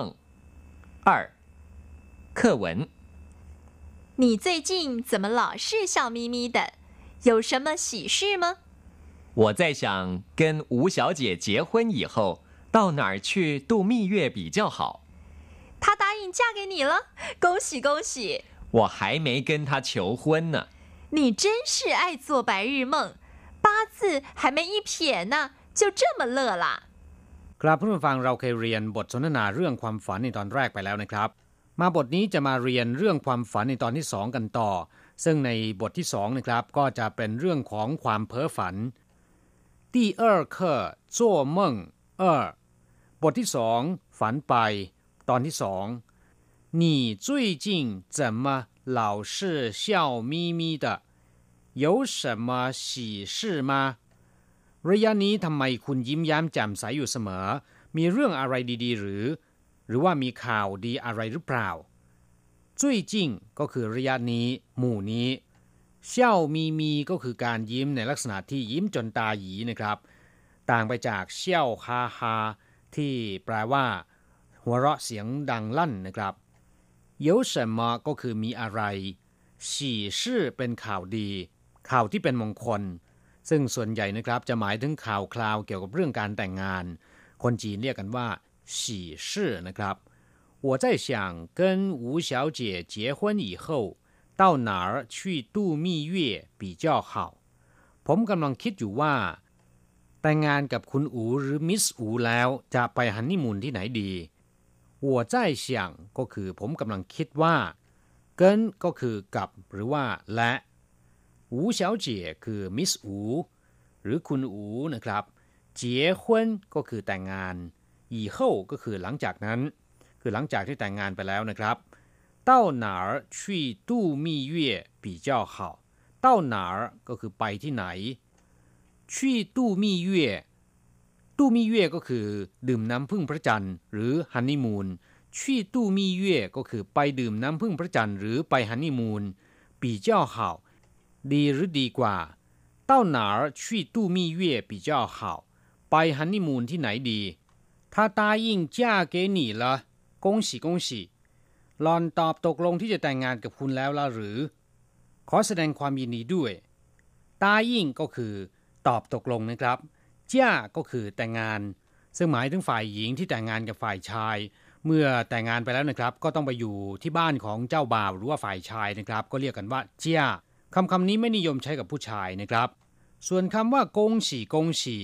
2课文你最近怎么老是笑眯眯的？有什么喜事吗？ 我在想跟吴小姐结婚以后到哪儿去度蜜月比较好她答应嫁给你了，恭喜恭喜！ 我还没跟她求婚呢你真是爱做白日梦，八字还没一撇呢，就这么乐啦？ ครับผู้ฟังเราเคยเรียนบทสนทนาเรื่องความฝันในตอนแรกไปแล้วนะครับมาบทนี้จะมาเรียนเรื่องความฝันในตอนที่2กันต่อซึ่งในบทที่2นะครับก็จะเป็นเรื่องของความเพ้อฝัน第二课做梦2บทที่2ฝันไปตอนที่2你最近怎么老是笑眯眯的有什么喜事吗ระยะนี้ทำไมคุณยิ้มแย้มแจ่มใสอยู่เสมอมีเรื่องอะไรดีๆหรือว่ามีข่าวดีอะไรหรือเปล่า最近ก็คือระยะนี้หมู่นี้เซี่ยวมีมีก็คือการยิ้มในลักษณะที่ยิ้มจนตาหยีนะครับต่างไปจากเซี่ยวฮาฮาที่แปลว่าหัวเราะเสียงดังลั่นนะครับ有什么ก็คือมีอะไร喜事เป็นข่าวดีข่าวที่เป็นมงคลซึ่งส่วนใหญ่นะครับจะหมายถึงข่าวคราวเกี่ยวกับเรื่องการแต่งงานคนจีนเรียกกันว่า喜事นะครับ我在想跟吴小姐结婚以后到哪儿去度蜜月比较好ผมกำลังคิดอยู่ว่าแต่งงานกับคุณอูหรือมิสอูแล้วจะไปฮันนีมูนที่ไหนดี我在想ก็คือผมกำลังคิดว่าเกินก็คือกับหรือว่าและอูเฉาเจ๋คือมิสอูหรือคุณอูนะครับเจี๋ยฮวนก็คือแต่งงานอีเฮ่าก็คือหลังจากนั้นคือหลังจากที่แต่งงานไปแล้วนะครับ到哪儿去度蜜月比较好到哪儿ก็คือไปที่ไหน去度蜜月度蜜月ก็คือดื่มน้ำผึ้งพระจันทร์หรือฮันนีมูน去度蜜月ก็คือไปดื่มน้ำผึ้งพระจันทร์หรือไปฮันนีมูน比较好ดีหรือดีกว่า到哪儿去度蜜月比较好ไปฮันนีมูนที่ไหนดี他答应嫁给你了恭喜恭喜หล่อนตอบตกลงที่จะแต่งงานกับคุณแล้วล่ะหรือขอแสดงความยินดีด้วย答应ก็คือตอบตกลงนะครับจ้าก็คือแต่งงานซึ่งหมายถึงฝ่ายหญิงที่แต่งงานกับฝ่ายชายเมื่อแต่งงานไปแล้วนะครับก็ต้องไปอยู่ที่บ้านของเจ้าบ่าวหรือว่าฝ่ายชายนะครับก็เรียกกันว่าจ้าคำนี้ไม่นิยมใช้กับผู้ชายนะครับส่วนคำว่ากงฉีกงฉี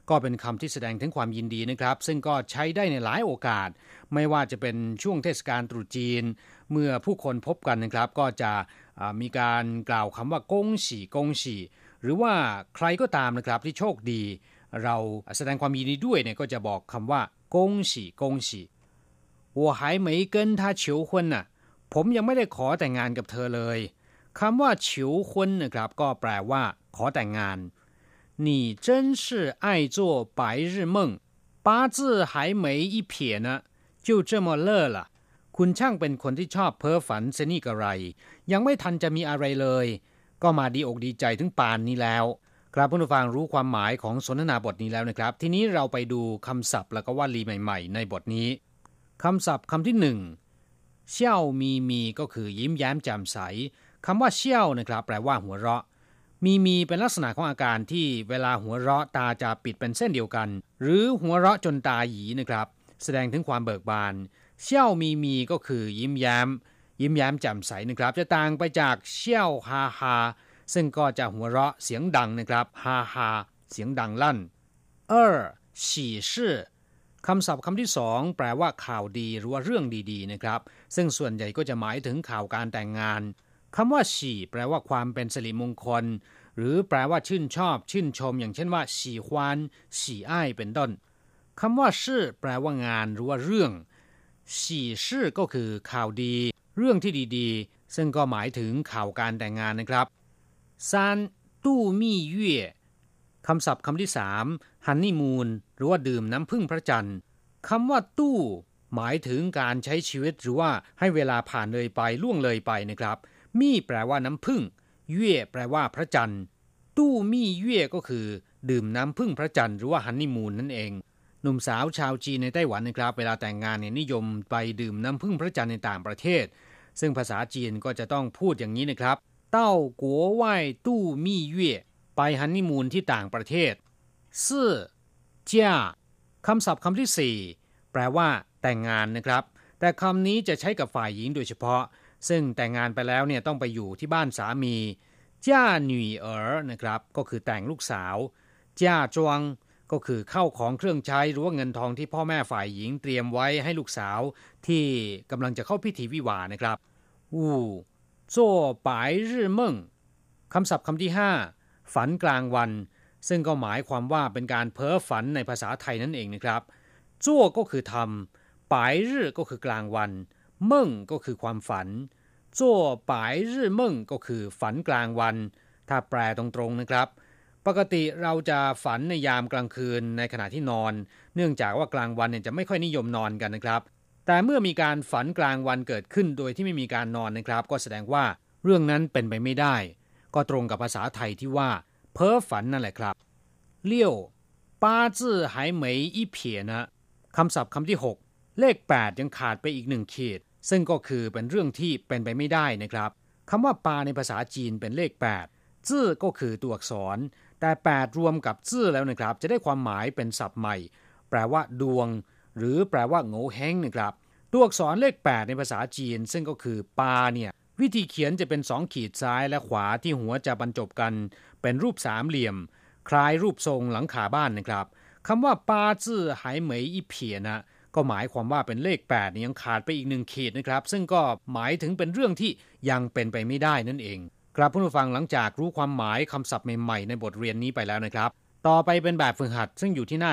ก็เป็นคำที่แสดงถึงความยินดีนะครับซึ่งก็ใช้ได้ในหลายโอกาสไม่ว่าจะเป็นช่วงเทศกาลตรุษจีนเมื่อผู้คนพบกันนะครับก็จะมีการกล่าวคำว่ากงฉีกงฉีหรือว่าใครก็ตามนะครับที่โชคดีเราแสดงความยินดีด้วยเนี่ยก็จะบอกคำว่ากงฉีกงฉี我还没跟他求婚น่ะผมยังไม่ได้ขอแต่งงานกับเธอเลยคำว่า求婚นะครับก็แปลว่าขอแต่งงาน你真是爱做白日梦八字还没一撇呢就这么乐了คุณช่างเป็นคนที่ชอบเพ้อฝันเสนี่กระไรยังไม่ทันจะมีอะไรเลยก็มาดีอกดีใจถึงปานนี้แล้วครับผู้ฟังรู้ความหมายของสนทนาบทนี้แล้วนะครับทีนี้เราไปดูคำศัพท์แล้วก็วลีใหม่ๆในบทนี้คำศัพท์คำที่หนึ่งเซี่ยวมีก็คือยิ้มแย้มแจ่มใสคำว่าเซี่ยวนะครับแปลว่าหัวเราะมีเป็นลักษณะของอาการที่เวลาหัวเราะตาจะปิดเป็นเส้นเดียวกันหรือหัวเราะจนตาหยีนะครับแสดงถึงความเบิกบานเซี่ยวมีก็คือยิ้มแย้มแจ่มใสนะครับจะต่างไปจากเซี่ยวฮาฮาซึ่งก็จะหัวเราะเสียงดังนะครับฮาฮาเสียงดังลั่นฉี่ชื่อคำศัพท์คำที่สองแปลว่าข่าวดีหรือว่าเรื่องดีๆนะครับซึ่งส่วนใหญ่ก็จะหมายถึงข่าวการแต่งงานคำว่าฉี่แปลว่าความเป็นสิริมงคลหรือแปลว่าชื่นชอบชื่นชมอย่างเช่นว่าฉี่ฮวานฉี่อ้ายเป็นต้นคำว่าชื่อแปลว่างานหรือว่าเรื่องฉี่ชื่อก็คือข่าวดีเรื่องที่ดีๆซึ่งก็หมายถึงข่าวการแต่งงานนะครับตู้มี่เย่คำศัพท์คำที่สามฮันนี่มูนหรือว่าดื่มน้ำผึ้งพระจันทร์คำว่าตู้หมายถึงการใช้ชีวิตหรือว่าให้เวลาผ่านเลยไปล่วงเลยไปนะครับมี่แปลว่าน้ำผึ้งเย่แปลว่าพระจันทร์ตู้มี่เย่ก็คือดื่มน้ำผึ้งพระจันทร์หรือว่าฮันนี่มูนนั่นเองหนุ่มสาวชาวจีนในไต้หวันนะครับเวลาแต่งงานเนี่ยนิยมไปดื่มน้ำผึ้งพระจันทร์ในต่างประเทศซึ่งภาษาจีนก็จะต้องพูดอย่างนี้นะครับเต้ากัวไหว้ตู้มี่เย่ไปฮันนีมูนที่ต่างประเทศจ้าคำศัพท์คำที่สี่แปลว่าแต่งงานนะครับแต่คำนี้จะใช้กับฝ่ายหญิงโดยเฉพาะซึ่งแต่งงานไปแล้วเนี่ยต้องไปอยู่ที่บ้านสามีจ้าหนุ่ยนะครับก็คือแต่งลูกสาวจ้าจวงก็คือเข้าของเครื่องใช้หรือว่าเงินทองที่พ่อแม่ฝ่ายหญิงเตรียมไว้ให้ลูกสาวที่กำลังจะเข้าพิธีวิวาห์นะครับ做白日梦คำศัพท์คำที่ห้าฝันกลางวันซึ่งก็หมายความว่าเป็นการเพ้อฝันในภาษาไทยนั่นเองนะครับจั่วก็คือทำปายรื่อก็คือกลางวันเม่งก็คือความฝันจั่วปายรื่อเม่งก็คือฝันกลางวันถ้าแปลตรงๆนะครับปกติเราจะฝันในยามกลางคืนในขณะที่นอนเนื่องจากว่ากลางวันเนี่ยจะไม่ค่อยนิยมนอนกันนะครับแต่เมื่อมีการฝันกลางวันเกิดขึ้นโดยที่ไม่มีการนอนนะครับก็แสดงว่าเรื่องนั้นเป็นไปไม่ได้ก็ตรงกับภาษาไทยที่ว่าเพ้อฝันนั่นแหละครับเลี้ยวป้าจื้อหายเหมยอีเพียนะคำศัพท์คำที่6เลข8ยังขาดไปอีก1ขีดซึ่งก็คือเป็นเรื่องที่เป็นไปไม่ได้นะครับคำว่าปาในภาษาจีนเป็นเลข8จื้อก็คือตัวอักษรแต่8รวมกับจื้อแล้วนะครับจะได้ความหมายเป็นศัพท์ใหม่แปลว่าดวงหรือแปลว่าโง่เฮงนะครับตัวอักษรเลข8ในภาษาจีนซึ่งก็คือปาเนี่ยวิธีเขียนจะเป็น2ขีดซ้ายและขวาที่หัวจะบรรจบกันเป็นรูปสามเหลี่ยมคล้ายรูปทรงหลังคาบ้านนะครับคำว่าปาจื้อหายเหมยอีเพียนะก็หมายความว่าเป็นเลข8นี่ยังขาดไปอีก1ขีดนะครับซึ่งก็หมายถึงเป็นเรื่องที่ยังเป็นไปไม่ได้นั่นเองครับผู้ฟังหลังจากรู้ความหมายคำศัพท์ใหม่ๆในบทเรียนนี้ไปแล้วนะครับต่อไปเป็นแบบฝึกหัดซึ่งอยู่ที่หน้า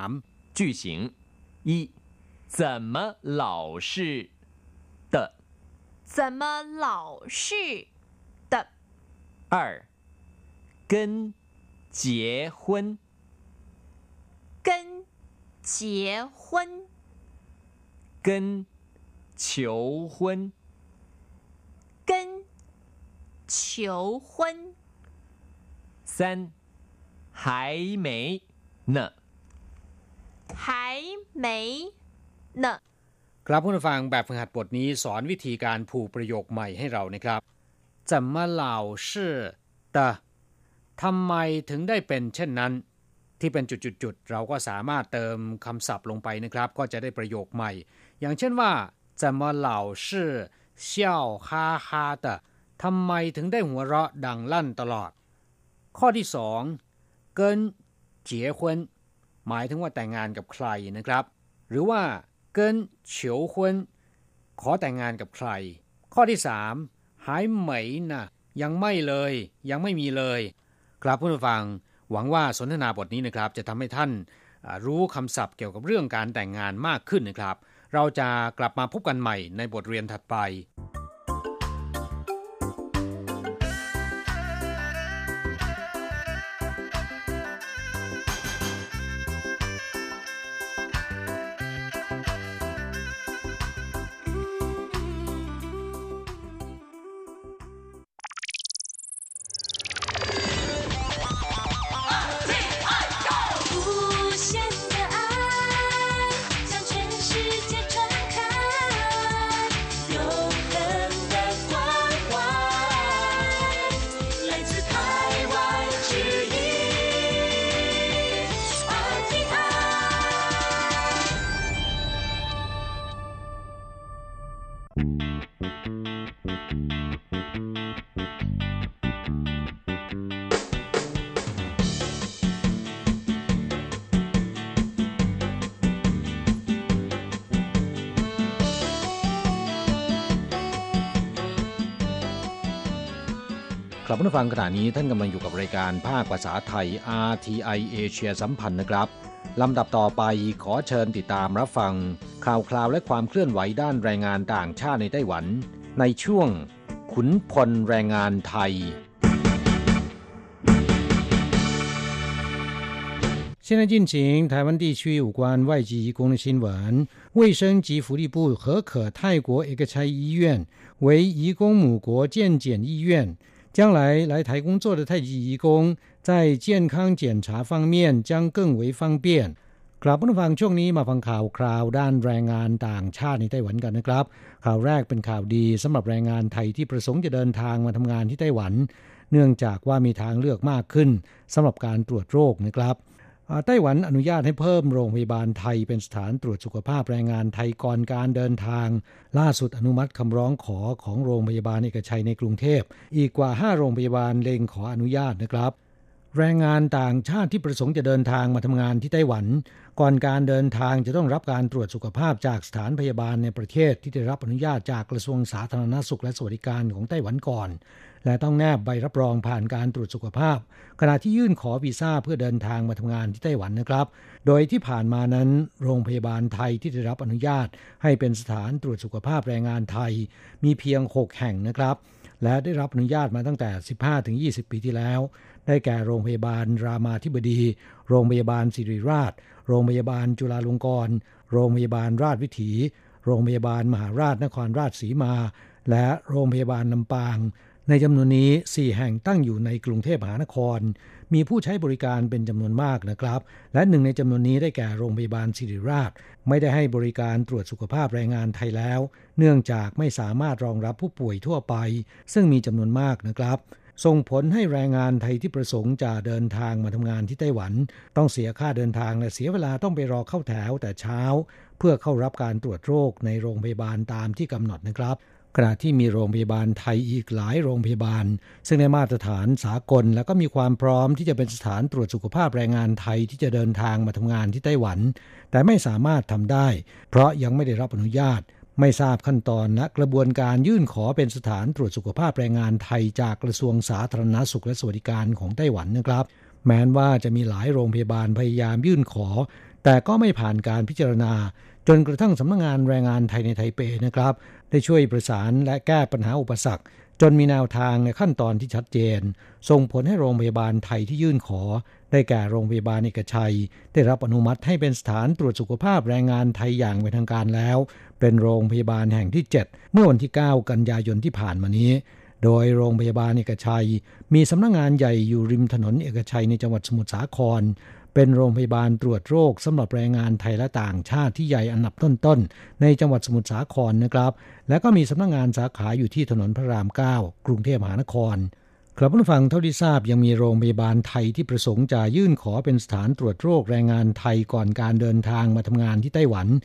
13 句型一怎么老是的怎么老是的二跟结婚跟结婚跟求婚跟求婚三还没呢还没呢ครับผู้ฟังแบบฝึกหัดบทนี้สอนวิธีการผูกประโยคใหม่ให้เรานะครับ怎么老是的ทำไมถึงได้เป็นเช่นนั้นที่เป็นจุดๆๆเราก็สามารถเติมคำศัพท์ลงไปนะครับก็จะได้ประโยคใหม่อย่างเช่นว่า怎么老是笑哈哈的ทำไมถึงได้หัวเราะดังลั่นตลอดข้อที่2跟结婚หมายถึงว่าแต่งงานกับใครนะครับหรือว่าเกินเฉียวฮุนขอแต่งงานกับใครข้อที่3หายเหมยนะยังไม่เลยยังไม่มีเลยครับผู้ฟังหวังว่าสนทนาบทนี้นะครับจะทำให้ท่านรู้คำศัพท์เกี่ยวกับเรื่องการแต่งงานมากขึ้นนะครับเราจะกลับมาพบกันใหม่ในบทเรียนถัดไปครับผู้ฟังขณะนี้ท่านกำลังอยู่กับรายการภาคภาษาไทย RTI เอเชียสัมพันธ์นะครับลำดับต่อไปขอเชิญติดตามรับฟังข่าวคราวและความเคลื่อนไหวด้านแรงงานต่างชาติในไต้หวันในช่วงขุนพลแรงงานไทย现在进行台湾地区有关外籍移工的新闻。卫生及福利部核可泰国一个差医院为移工母国健检医院，将来来台工作的泰籍移工在健康检查方面将更为方便。กลับมาฟังช่วงนี้มาฟังข่าวคราวด้านแรงงานต่างชาติในไต้หวันกันนะครับข่าวแรกเป็นข่าวดีสำหรับแรงงานไทยที่ประสงค์จะเดินทางมาทำงานที่ไต้หวันเนื่องจากว่ามีทางเลือกมากขึ้นสำหรับการตรวจโรคนะครับไต้หวันอนุญาตให้เพิ่มโรงพยาบาลไทยเป็นสถานตรวจสุขภาพแรงงานไทยก่อนการเดินทางล่าสุดอนุมัติคำร้องขอของโรงพยาบาลเอกชัยในกรุงเทพอีกกว่า5โรงพยาบาลเล็งขออนุญาตนะครับแรงงานต่างชาติที่ประสงค์จะเดินทางมาทำงานที่ไต้หวันก่อนการเดินทางจะต้องรับการตรวจสุขภาพจากสถานพยาบาลในประเทศที่ได้รับอนุญาตจากกระทรวงสาธารณสุขและสวัสดิการของไต้หวันก่อนและต้องแนบใบรับรองผ่านการตรวจสุขภาพขณะที่ยื่นขอวีซ่าเพื่อเดินทางมาทำงานที่ไต้หวันนะครับโดยที่ผ่านมานั้นโรงพยาบาลไทยที่ได้รับอนุญาตให้เป็นสถานตรวจสุขภาพแรงงานไทยมีเพียง6แห่งนะครับและได้รับอนุญาตมาตั้งแต่ 15-20 ปีที่แล้วได้แก่โรงพยาบาลรามาธิบดีโรงพยาบาลศิริราชโรงพยาบาลจุฬาลงกรณ์โรงพยาบาลราชวิถีโรงพยาบาลมหาราชนครราชสีมาและโรงพยาบาลลำปางในจำนวนนี้4แห่งตั้งอยู่ในกรุงเทพมหานครมีผู้ใช้บริการเป็นจำนวนมากนะครับและหนึ่งในจำนวนนี้ได้แก่โรงพยาบาลศิริราชไม่ได้ให้บริการตรวจสุขภาพแรงงานไทยแล้วเนื่องจากไม่สามารถรองรับผู้ป่วยทั่วไปซึ่งมีจำนวนมากนะครับส่งผลให้แรงงานไทยที่ประสงค์จะเดินทางมาทำงานที่ไต้หวันต้องเสียค่าเดินทางและเสียเวลาต้องไปรอเข้าแถวแต่เช้าเพื่อเข้ารับการตรวจโรคในโรงพยาบาลตามที่กำหนดนะครับขณะที่มีโรงพยาบาลไทยอีกหลายโรงพยาบาลซึ่งได้มาตรฐานสากลและก็มีความพร้อมที่จะเป็นสถานตรวจสุขภาพแรงงานไทยที่จะเดินทางมาทำงานที่ไต้หวันแต่ไม่สามารถทำได้เพราะยังไม่ได้รับอนุญาตไม่ทราบขั้นตอนและกระบวนการยื่นขอเป็นสถานตรวจสุขภาพแรงงานไทยจากกระทรวงสาธารณสุขและสวัสดิการของไต้หวันนะครับแม้ว่าจะมีหลายโรงพยาบาลพยายามยื่นขอแต่ก็ไม่ผ่านการพิจารณาจนกระทั่งสำนักงานแรงงานไทยในไทเปนะครับได้ช่วยประสานและแก้ปัญหาอุปสรรคจนมีแนวทางและขั้นตอนที่ชัดเจนส่งผลให้โรงพยาบาลไทยที่ยื่นขอได้แก่โรงพยาบาลเอกชัยได้รับอนุมัติให้เป็นสถานตรวจสุขภาพแรงงานไทยอย่างเป็นทางการแล้วเป็นโรงพยาบาลแห่งที่7เมื่อวันที่9กันยายนที่ผ่านมานี้โดยโรงพยาบาลเอกชัยมีสำนักงานใหญ่อยู่ริมถนนเอกชัยในจังหวัดสมุทรสาครเป็นโรงพยาบาลตรวจโรคสำหรับแรงงานไทยและต่างชาติที่ใหญ่อันดับต้นๆในจังหวัดสมุทรสาครนะครับและก็มีสำนักงานสาขาอยู่ที่ถนนพระราม9กรุงเทพมหานครครับผู้ฟังเท่าที่ทราบยังมีโรงพยาบาลไทยที่ประสงค์จะยื่นขอเป็นสถานตรวจโรคแรงงานไทยก่อนการเดินทางมาทำงานที่ไต้หวัน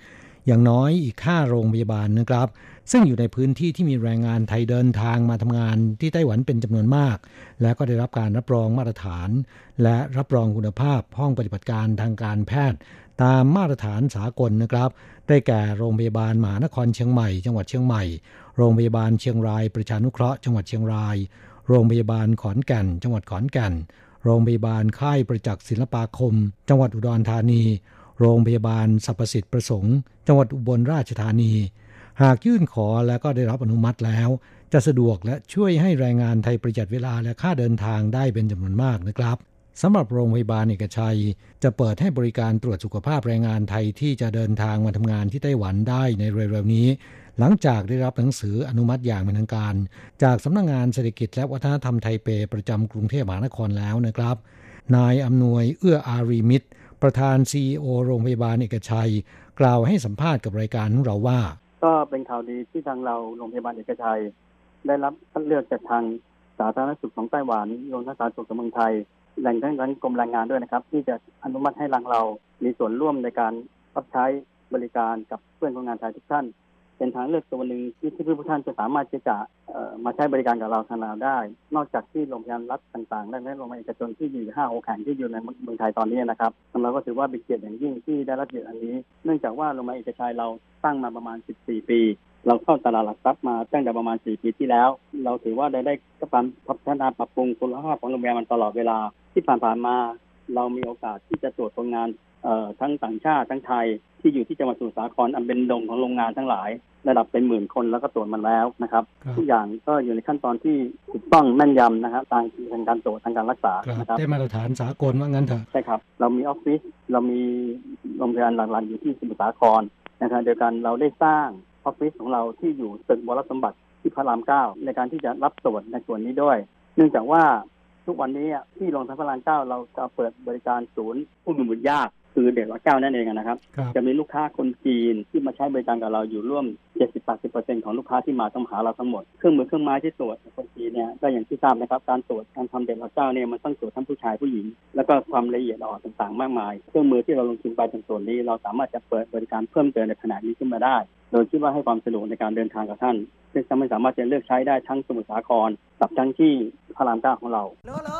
อย่างน้อยอีก5โรงพยาบาลนะครับซึ่งอยู่ในพื้นที่ที่มีแรงงานไทยเดินทางมาทำงานที่ไต้หวันเป็นจำนวนมากและก็ได้รับการรับรองมาตรฐานและรับรองคุณภาพห้องปฏิบัติการทางการแพทย์ตามมาตรฐานสากลนะครับได้แก่โรงพยาบาลมหานครเชียงใหม่จังหวัดเชียงใหม่โรงพยาบาลเชียงรายประชานุเคราะห์จังหวัดเชียงรายโรงพยาบาลขอนแก่นจังหวัดขอนแก่นโรงพยาบาลค่ายประจักษ์ศิลปาคมจังหวัดอุดรธานีโรงพยาบาลสรรพสิทธิ์ประสงค์จังหวัดอุบลราชธานีหากยื่นขอและก็ได้รับอนุมัติแล้วจะสะดวกและช่วยให้แรงงานไทยประหยัดเวลาและค่าเดินทางได้เป็นจำนวนมากนะครับสำหรับโรงพยาบาลเอกชัยจะเปิดให้บริการตรวจสุขภาพแรงงานไทยที่จะเดินทางมาทำงานที่ไต้หวันได้ในเร็วๆนี้หลังจากได้รับหนังสืออนุมัติอย่างเป็นทางการจากสำนักงานเศรษฐกิจและวัฒนธรรมไทเปประจำกรุงเทพมหานครแล้วนะครับนายอำนวยเอื้ออารีมิตรประธาน CEO โรงพยาบาลเอกชัยกล่าวให้สัมภาษณ์กับรายการของเราว่าก็เป็นข่าวดีที่ทางเราโรงพยาบาลเอกชัยได้รับคัดเลือกจากทางสาธารณสุขของไต้หวันรวมทั้งสาธารณสุขของเมืองไทยแหล่งทั้งกรมแรงงานด้วยนะครับที่จะอนุมัติให้เรามีส่วนร่วมในการรับใช้บริการกับเพื่อนคนงานไทยทุกท่านเป็นทางเลือกตัวหนึ่งที่ผู้ท่านจะสามารถที่จะมาใช้บริการกับเราทางเราได้นอกจากที่โรงพยาบาลรัฐต่างๆและโรงพยาบาลเอกชนที่อยู่5-6 แห่งที่อยู่ในเมืองไทยตอนนี้นะครับเราก็ถือว่าเป็นเกียรติอย่างยิ่งที่ได้รับเกียรติอันนี้เนื่องจากว่าโรงพยาบาลเอกชัยเราตั้งมาประมาณ14 ปีเราเข้าตลาดหลักทรัพย์มาตั้งแต่ประมาณ4 ปีที่แล้วเราถือว่าได้การพัฒนาปรับปรุงคุณภาพของโรงพยาบาลมันตลอดเวลาที่ผ่านมาเรามีโอกาสที่จะตรวจคนงานทั้งต่างชาติทั้งไทยที่อยู่ที่จังหวัดสมุทรสาครอันเป็นดงของโรงงานทั้งหลายระดับเป็นหมื่นคนแล้วก็ตรวจมันแล้วนะครับทุกอย่างก็อยู่ในขั้นตอนที่ถูกต้องแม่นยำนะครับทางการตรวจทางการรักษานะครับได้มาตรฐานสากลว่างั้นเถอะใช่ครับเรามีออฟฟิศเรามีโรงพยาบาลหลักๆอยู่ที่สมุทรสาครนะครับเดียวกันเราได้สร้างออฟฟิศของเราที่อยู่ตึกวรสมบัติที่พระราม 9ในการที่จะรับตรวจในส่วนนี้ด้วยเนื่องจากว่าทุกวันนี้ที่โรงพยาบาลพระราม 9เราจะเปิดบริการศูนย์ผู้มีบุตรยากคือเด็กวัด 9นั่นเองนะครับจะมีลูกค้าคนจีนที่มาใช้บริการกับเราอยู่ร่วม 70-80% ของลูกค้าที่มาต้องหาเราทั้งหมดเครื่องมือเครื่องไม้ที่ตรวจคนจีนเนี่ยก็อย่างที่ทราบนะครับการตรวจการทำเด็กวัด 9เนี่ยมันต้องตรวจทั้งผู้ชายผู้หญิงแล้วก็ความละเอียดอ่อนต่างๆมากมายเครื่องมือที่เราลงทุนไปในส่วนนี้เราสามารถจะเปิดบริการเพิ่มเติมในขณะนี้ขึ้นมาได้โดยที่ว่าให้ความสะดวกในการเดินทางกับท่านซึ่งสามารถจะเลือกใช้ได้ทั้งสมุทรสาครกับทั้งที่พระราม 9ของเรา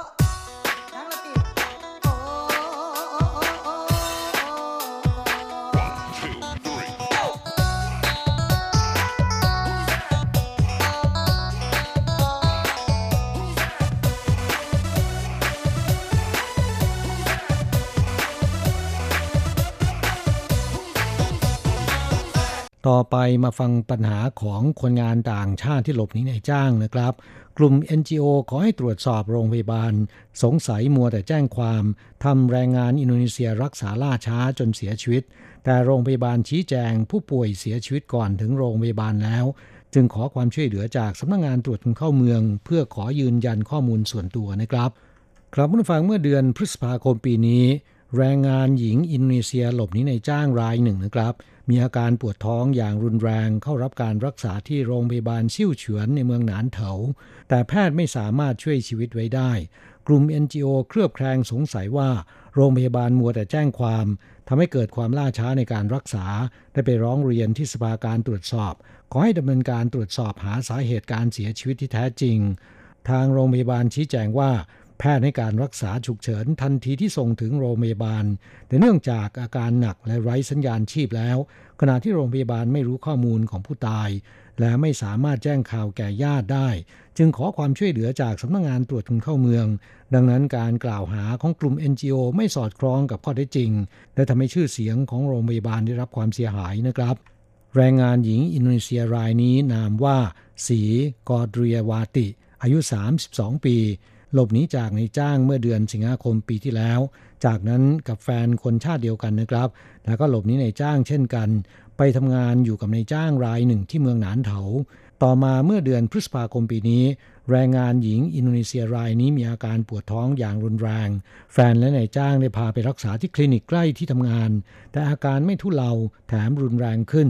ต่อไปมาฟังปัญหาของคนงานต่างชาติที่หลบหนีนายจ้างนะครับกลุ่ม NGO ขอให้ตรวจสอบโรงพยาบาลสงสัยมัวแต่แจ้งความทำแรงงานอินโดนีเซียรักษาล่าช้าจนเสียชีวิตแต่โรงพยาบาลชี้แจงผู้ป่วยเสียชีวิตก่อนถึงโรงพยาบาลแล้วจึงขอความช่วยเหลือจากสำนักงานตรวจคนเข้าเมืองเพื่อขอยืนยันข้อมูลส่วนตัวนะครับครับผู้ฟังเมื่อเดือนพฤษภาคมปีนี้แรงงานหญิงอินโดนีเซียหลบหนีนายจ้างรายหนึ่งนะครับมีอาการปวดท้องอย่างรุนแรงเข้ารับการรักษาที่โรงพยาบาลซิ่วเฉือนในเมืองหนานเถาแต่แพทย์ไม่สามารถช่วยชีวิตไว้ได้กลุ่ม NGO เคลือบแคลงสงสัยว่าโรงพยาบาลมัวแต่แจ้งความทำให้เกิดความล่าช้าในการรักษาได้ไปร้องเรียนที่สภาการตรวจสอบขอให้ดำเนินการตรวจสอบหาสาเหตุการเสียชีวิตที่แท้จริงทางโรงพยาบาลชี้แจงว่าแพทย์ให้การรักษาฉุกเฉินทันทีที่ส่งถึงโรงพยาบาลแต่เนื่องจากอาการหนักและไร้สัญญาณชีพแล้วขณะที่โรงพยาบาลไม่รู้ข้อมูลของผู้ตายและไม่สามารถแจ้งข่าวแก่ญาติได้จึงขอความช่วยเหลือจากสำนักงานตรวจคนเข้าเมืองดังนั้นการกล่าวหาของกลุ่ม NGO ไม่สอดคล้องกับข้อเท็จจริงและทำให้ชื่อเสียงของโรงพยาบาลได้รับความเสียหายนะครับแรงงานหญิงอินโดนีเซียรายนี้นามว่าสีกอดเรียวาติอายุ32 ปีหลบหนีจากนายจ้างเมื่อเดือนสิงหาคมปีที่แล้วจากนั้นกับแฟนคนชาติเดียวกันนะครับแล้วก็หลบหนีนายจ้างเช่นกันไปทำงานอยู่กับนายจ้างรายหนึ่งที่เมืองหนานเถาต่อมาเมื่อเดือนพฤษภาคมปีนี้แรงงานหญิงอินโดนีเซียรายนี้มีอาการปวดท้องอย่างรุนแรงแฟนและนายจ้างได้พาไปรักษาที่คลินิกใกล้ที่ทำงานแต่อาการไม่ทุเลาแถมรุนแรงขึ้น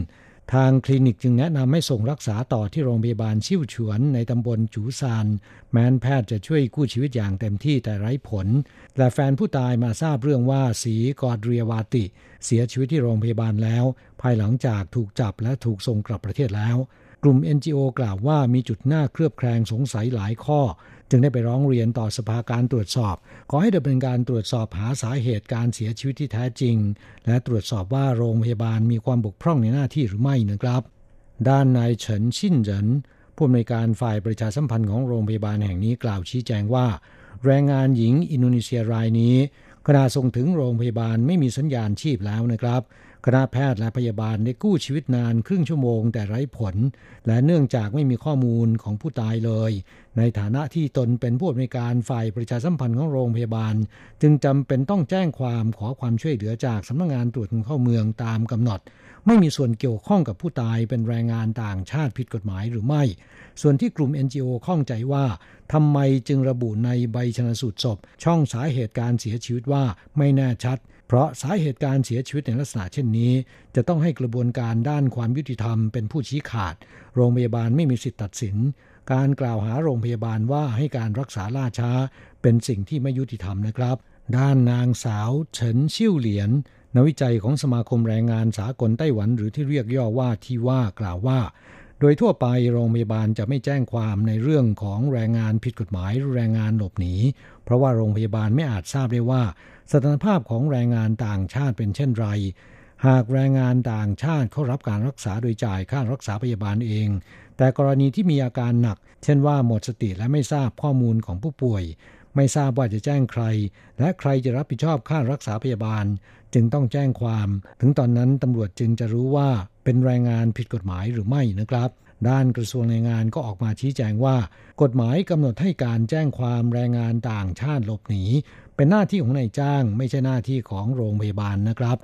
ทางคลินิกจึงแนะนำให้ส่งรักษาต่อที่โรงพยาบาลซิ่วฉวนในตำบลจูซานแม้นแพทย์จะช่วยกู้ชีวิตอย่างเต็มที่แต่ไร้ผลและแฟนผู้ตายมาทราบเรื่องว่าสีกอดเรียวาติเสียชีวิตที่โรงพยาบาลแล้วภายหลังจากถูกจับและถูกส่งกลับประเทศแล้วกลุ่ม NGO กล่าวว่ามีจุดน่าเคลือบแคลงสงสัยหลายข้อจึงได้ไปร้องเรียนต่อสภาการตรวจสอบขอให้ดำเนินการตรวจสอบหาสาเหตุการเสียชีวิตที่แท้จริงและตรวจสอบว่าโรงพยาบาลมีความบกพร่องในหน้าที่หรือไม่นะครับด้านนายเฉินชินเหรินผู้อำนวยการฝ่ายประชาสัมพันธ์ของโรงพยาบาลแห่งนี้กล่าวชี้แจงว่าแรงงานหญิงอินโดนีเซียรายนี้ขณะส่งถึงโรงพยาบาลไม่มีสัญญาณชีพแล้วนะครับคณะแพทย์และพยาบาลได้กู้ชีวิตนานครึ่งชั่วโมงแต่ไร้ผลและเนื่องจากไม่มีข้อมูลของผู้ตายเลยในฐานะที่ตนเป็นผู้อำนวยการฝ่ายประชาสัมพันธ์ของโรงพยาบาลจึงจำเป็นต้องแจ้งความขอความช่วยเหลือจากสำนักงานตรวจคนเข้าเมืองตามกำหนดไม่มีส่วนเกี่ยวข้องกับผู้ตายเป็นแรงงานต่างชาติผิดกฎหมายหรือไม่ส่วนที่กลุ่ม NGO ข้องใจว่าทำไมจึงระบุในใบชันสูตรศพช่องสาเหตุการเสียชีวิตว่าไม่แน่ชัดเพราะสาเหตุการเสียชีวิตในลักษณะเช่นนี้จะต้องให้กระบวนการด้านความยุติธรรมเป็นผู้ชี้ขาดโรงพยาบาลไม่มีสิทธิตัดสินการกล่าวหาโรงพยาบาลว่าให้การรักษาล่าช้าเป็นสิ่งที่ไม่ยุติธรรมนะครับด้านนางสาวเฉินชิ่วเหลียนนักวิจัยของสมาคมแรงงานสากลไต้หวันหรือที่เรียกย่อว่าที่ว่ากล่าวว่าโดยทั่วไปโรงพยาบาลจะไม่แจ้งความในเรื่องของแรงงานผิดกฎหมายหรือแรงงานหลบหนีเพราะว่าโรงพยาบาลไม่อาจทราบได้ว่าสถานภาพของแรงงานต่างชาติเป็นเช่นไรหากแรงงานต่างชาติเข้ารับการรักษาโดยจ่ายค่ารักษาพยาบาลเองแต่กรณีที่มีอาการหนักเช่นว่าหมดสติและไม่ทราบข้อมูลของผู้ป่วยไม่ทราบว่าจะแจ้งใครและใครจะรับผิดชอบค่ารักษาพยาบาลจึงต้องแจ้งความถึงตอนนั้นตำรวจจึงจะรู้ว่าเป็นแรงงานผิดกฎหมายหรือไม่นะครับด้านกระทรวงแรงงานก็ออกมาชี้แจงว่ากฎหมายกำหนดให้การแจ้งความแรงงานต่างชาติหลบหนีเป็นหน้าที่ของนายจ้างไม่ใช่หน้าที่ของโรงพยาบาลนะครับ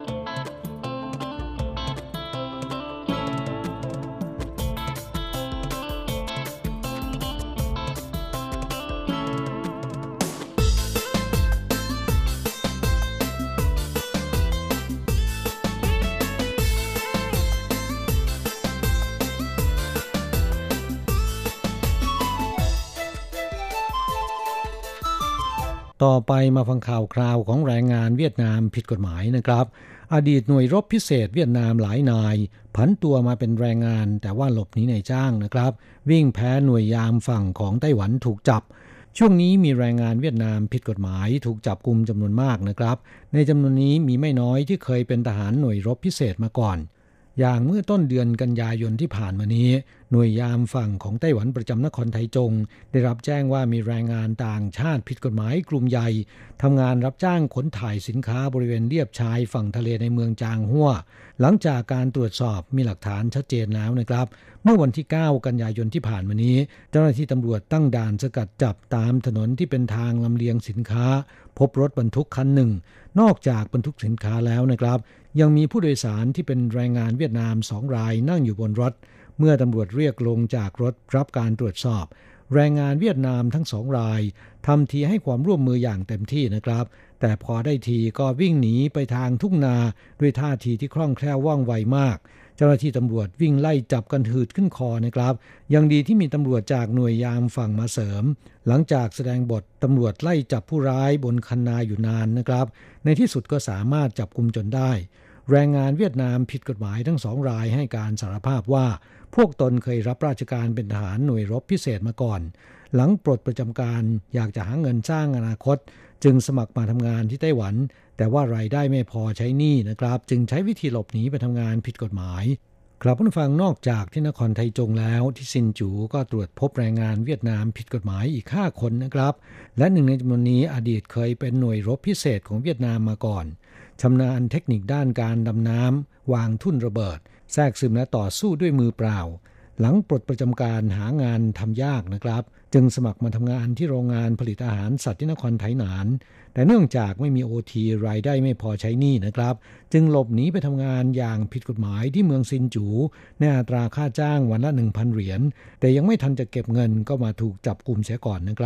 ต่อไปมาฟังข่าวคราวของแรงงานเวียดนามผิดกฎหมายนะครับอดีตหน่วยรบพิเศษเวียดนามหลายนายผันตัวมาเป็นแรงงานแต่ว่าหลบหนีนายจ้างนะครับวิ่งแพ้หน่วยยามฝั่งของไต้หวันถูกจับช่วงนี้มีแรงงานเวียดนามผิดกฎหมายถูกจับกุมจำนวนมากนะครับในจำนวนนี้มีไม่น้อยที่เคยเป็นทหารหน่วยรบพิเศษมาก่อนอย่างเมื่อต้นเดือนกันยายนที่ผ่านมานี้หน่วยยามฝั่งของไต้หวันประจำนครไทจงได้รับแจ้งว่ามีแรงงานต่างชาติผิดกฎหมายกลุ่มใหญ่ทำงานรับจ้างขนถ่ายสินค้าบริเวณเลียบชายฝั่งทะเลในเมืองจางฮั่วหลังจากการตรวจสอบมีหลักฐานชัดเจนแล้วนะครับเมื่อวันที่9กันยายนที่ผ่านมานี้เจ้าหน้าที่ตำรวจตั้งด่านสกัดจับตามถนนที่เป็นทางลำเลียงสินค้าพบรถบรรทุกคันหนึ่งนอกจากบรรทุกสินค้าแล้วนะครับยังมีผู้โดยสารที่เป็นแรงงานเวียดนาม2รายนั่งอยู่บนรถเมื่อตำรวจเรียกลงจากรถรับการตรวจสอบแรงงานเวียดนามทั้ง2รายทำทีให้ความร่วมมืออย่างเต็มที่นะครับแต่พอได้ทีก็วิ่งหนีไปทางทุ่งนาด้วยท่าทีที่คล่องแคล่วว่องไวมากเจ้าหน้าที่ตำรวจวิ่งไล่จับกันหืดขึ้นคอนะครับยังดีที่มีตำรวจจากหน่วยยามฝั่งมาเสริมหลังจากแสดงบทตำรวจไล่จับผู้ร้ายบนคันนาอยู่นานนะครับในที่สุดก็สามารถจับกุมจนได้แรงงานเวียดนามผิดกฎหมายทั้ง2รายให้การสารภาพว่าพวกตนเคยรับราชการเป็นทหารหน่วยรบพิเศษมาก่อนหลังปลดประจำการอยากจะหาเงินสร้างอนาคตจึงสมัครมาทำงานที่ไต้หวันแต่ว่ารายได้ไม่พอใช้หนี้นะครับจึงใช้วิธีหลบหนีไปทำงานผิดกฎหมายครับผู้ฟังนอกจากที่นครไทจงแล้วที่ซินจูก็ตรวจพบแรงงานเวียดนามผิดกฎหมายอีก5คนนะครับและหนึ่งในจำนวนนี้อดีตเคยเป็นหน่วยรบพิเศษของเวียดนามมาก่อนชำนาญเทคนิคด้านการดำน้ำวางทุ่นระเบิดแทรกซึมและต่อสู้ด้วยมือเปล่าหลังปลดประจำการหางานทำยากนะครับจึงสมัครมาทำงานที่โรงงานผลิตอาหารสัตว์ที่นครไถหนานแต่เนื่องจากไม่มีโอทีรายได้ไม่พอใช้หนี้นะครับจึงหลบหนีไปทำงานอย่างผิดกฎหมายที่เมืองซินจูในอัตราค่าจ้างวันละ 1,000 เหรียญแต่ยังไม่ทันจะเก็บเงินก็มาถูกจับกุมเสียก่อนนะครับ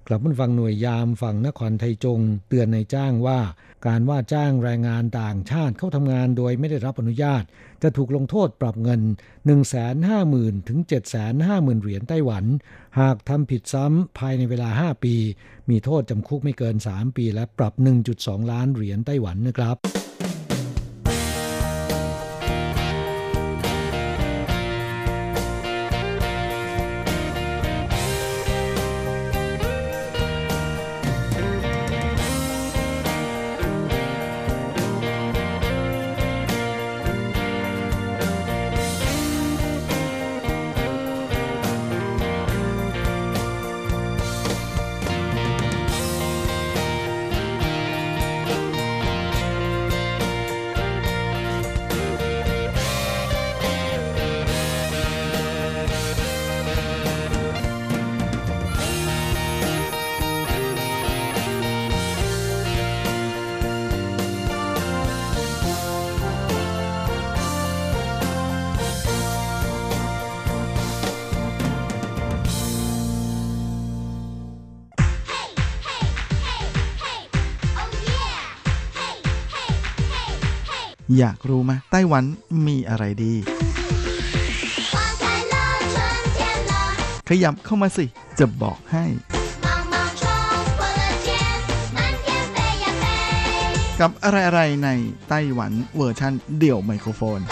กลับมาฟังหน่วยยามฝั่งนครไทจงเตือนนายจ้างว่าการว่าจ้างแรงงานต่างชาติเข้าทำงานโดยไม่ได้รับอนุญาตจะถูกลงโทษปรับเงิน 150,000 ถึง 750,000 เหรียญไต้หวันหากทำผิดซ้ำภายในเวลา5ปีมีโทษจำคุกไม่เกิน3ปีและปรับ 1.2 ล้านเหรียญไต้หวันนะครับอยากรู้ไหมไต้หวันมีอะไรดีขยับเข้ามาสิจะบอกให้กับอะไรๆในไต้หวันเวอร์ชันเดี่ยวไมโครโฟน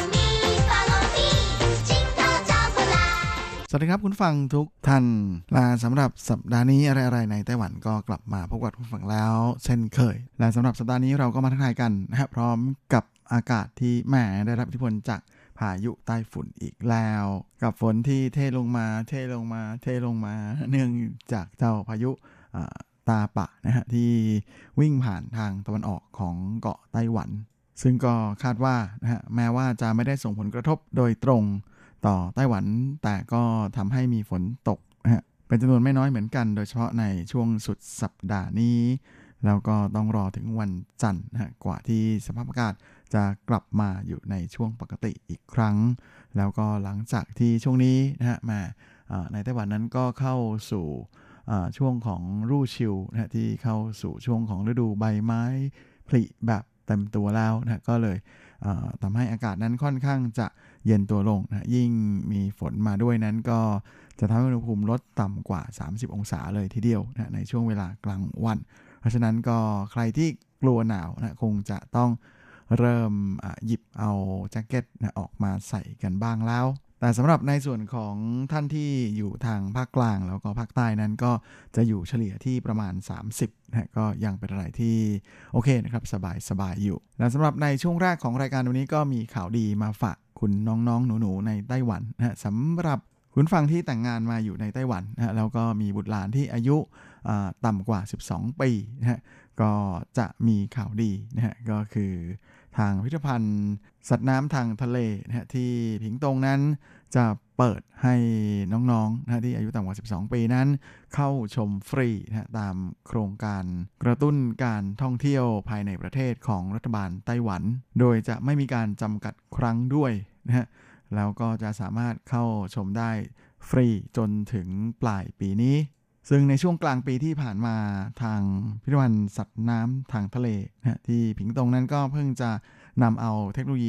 สวัสดีครับคุณฟังทุกท่านและสำหรับสัปดาห์นี้อะไรๆในไต้หวันก็กลับมาพบกับคุณฟังแล้วเช่นเคยและสำหรับสัปดาห์นี้เราก็มาทักทายกันนะครับพร้อมกับอากาศที่แหมได้รับอิทธิพลจากพายุใต้ฝุ่นอีกแล้วกับฝนที่เทลงมาเนื่องจากเจ้าพายุตาปะนะฮะที่วิ่งผ่านทางตะวันออกของเกาะไต้หวันซึ่งก็คาดว่านะฮะแม้ว่าจะไม่ได้ส่งผลกระทบโดยตรงต่อไต้หวันแต่ก็ทำให้มีฝนตกนะฮะเป็นจำนวนไม่น้อยเหมือนกันโดยเฉพาะในช่วงสุดสัปดาห์นี้แล้วก็ต้องรอถึงวันจันทร์นะฮะกว่าที่สภาพอากาศจะกลับมาอยู่ในช่วงปกติอีกครั้งแล้วก็หลังจากที่ช่วงนี้นะฮะมาในไต้หวันนั้นก็เข้าสู่ช่วงของรู่ชิวนะฮะที่เข้าสู่ช่วงของฤดูใบไม้ผลิแบบเต็มตัวแล้วนะก็เลยทำให้อากาศนั้นค่อนข้างจะเย็นตัวลงนะยิ่งมีฝนมาด้วยนั้นก็จะทำให้อุณหภูมิลดต่ำกว่า30องศาเลยทีเดียวนะในช่วงเวลากลางวันเพราะฉะนั้นก็ใครที่กลัวหนาวนะคงจะต้องเริ่มหยิบเอาแจ็คเก็ตนะออกมาใส่กันบ้างแล้วแต่สำหรับในส่วนของท่านที่อยู่ทางภาคกลางแล้วก็ภาคใต้นั้นก็จะอยู่เฉลี่ยที่ประมาณ30นะก็ยังเป็นอะไรที่โอเคนะครับสบายอยู่และสำหรับในช่วงแรกของรายการวันนี้ก็มีข่าวดีมาฝากคุณน้องๆหนูๆในไต้หวันนะสำหรับคุณฟังที่แต่งงานมาอยู่ในไต้หวันนะแล้วก็มีบุตรหลานที่อายุต่ำกว่า12ปีนะฮะก็จะมีข่าวดีนะฮะก็คือทางพิพิธภัณฑ์สัตว์น้ำทางทะเลนะฮะที่ผิงตงนั้นจะเปิดให้น้องๆนะที่อายุต่ำกว่า12ปีนั้นเข้าชมฟรีนะตามโครงการกระตุ้นการท่องเที่ยวภายในประเทศของรัฐบาลไต้หวันโดยจะไม่มีการจำกัดครั้งด้วยนะฮะแล้วก็จะสามารถเข้าชมได้ฟรีจนถึงปลายปีนี้ซึ่งในช่วงกลางปีที่ผ่านมาทางพิพิธภัณฑ์สัตว์น้ำทางทะเลนะที่ผิงตงนั้นก็เพิ่งจะนำเอาเทคโนโลยี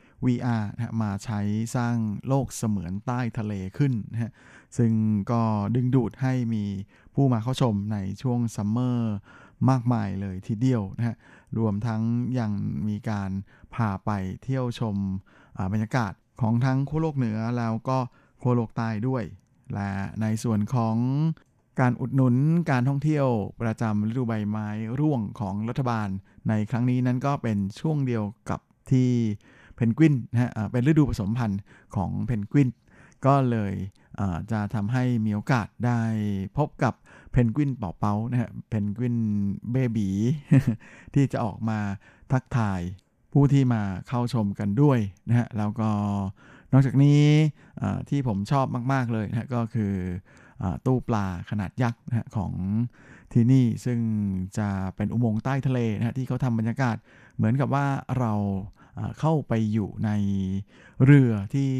VR นะมาใช้สร้างโลกเสมือนใต้ทะเลขึ้นนะซึ่งก็ดึงดูดให้มีผู้มาเข้าชมในช่วงซัมเมอร์มากมายเลยทีเดียวนะฮะรวมทั้งยังมีการพาไปเที่ยวชมบรรยากาศของทั้งขั้วโลกเหนือแล้วก็ขั้วโลกใต้ด้วยและในส่วนของการอุดหนุนการท่องเที่ยวประจำฤดูใบไม้ร่วงของรัฐบาลในครั้งนี้นั้นก็เป็นช่วงเดียวกับที่เพนกวินนะฮะเป็นฤดูผสมพันธุ์ของเพนกวินก็เลยจะทำให้มีโอกาสได้พบกับเพนกวินเป่าๆนะฮะเพนกวินเบบี ที่จะออกมาทักทายผู้ที่มาเข้าชมกันด้วยนะฮะแล้วก็นอกจากนี้ที่ผมชอบมากๆเลยนะฮะก็คือตู้ปลาขนาดยักษ์นะฮะของที่นี่ซึ่งจะเป็นอุโมงค์ใต้ทะเลนะฮะที่เขาทำบรรยากาศเหมือนกับว่าเราเข้าไปอยู่ในเรือที่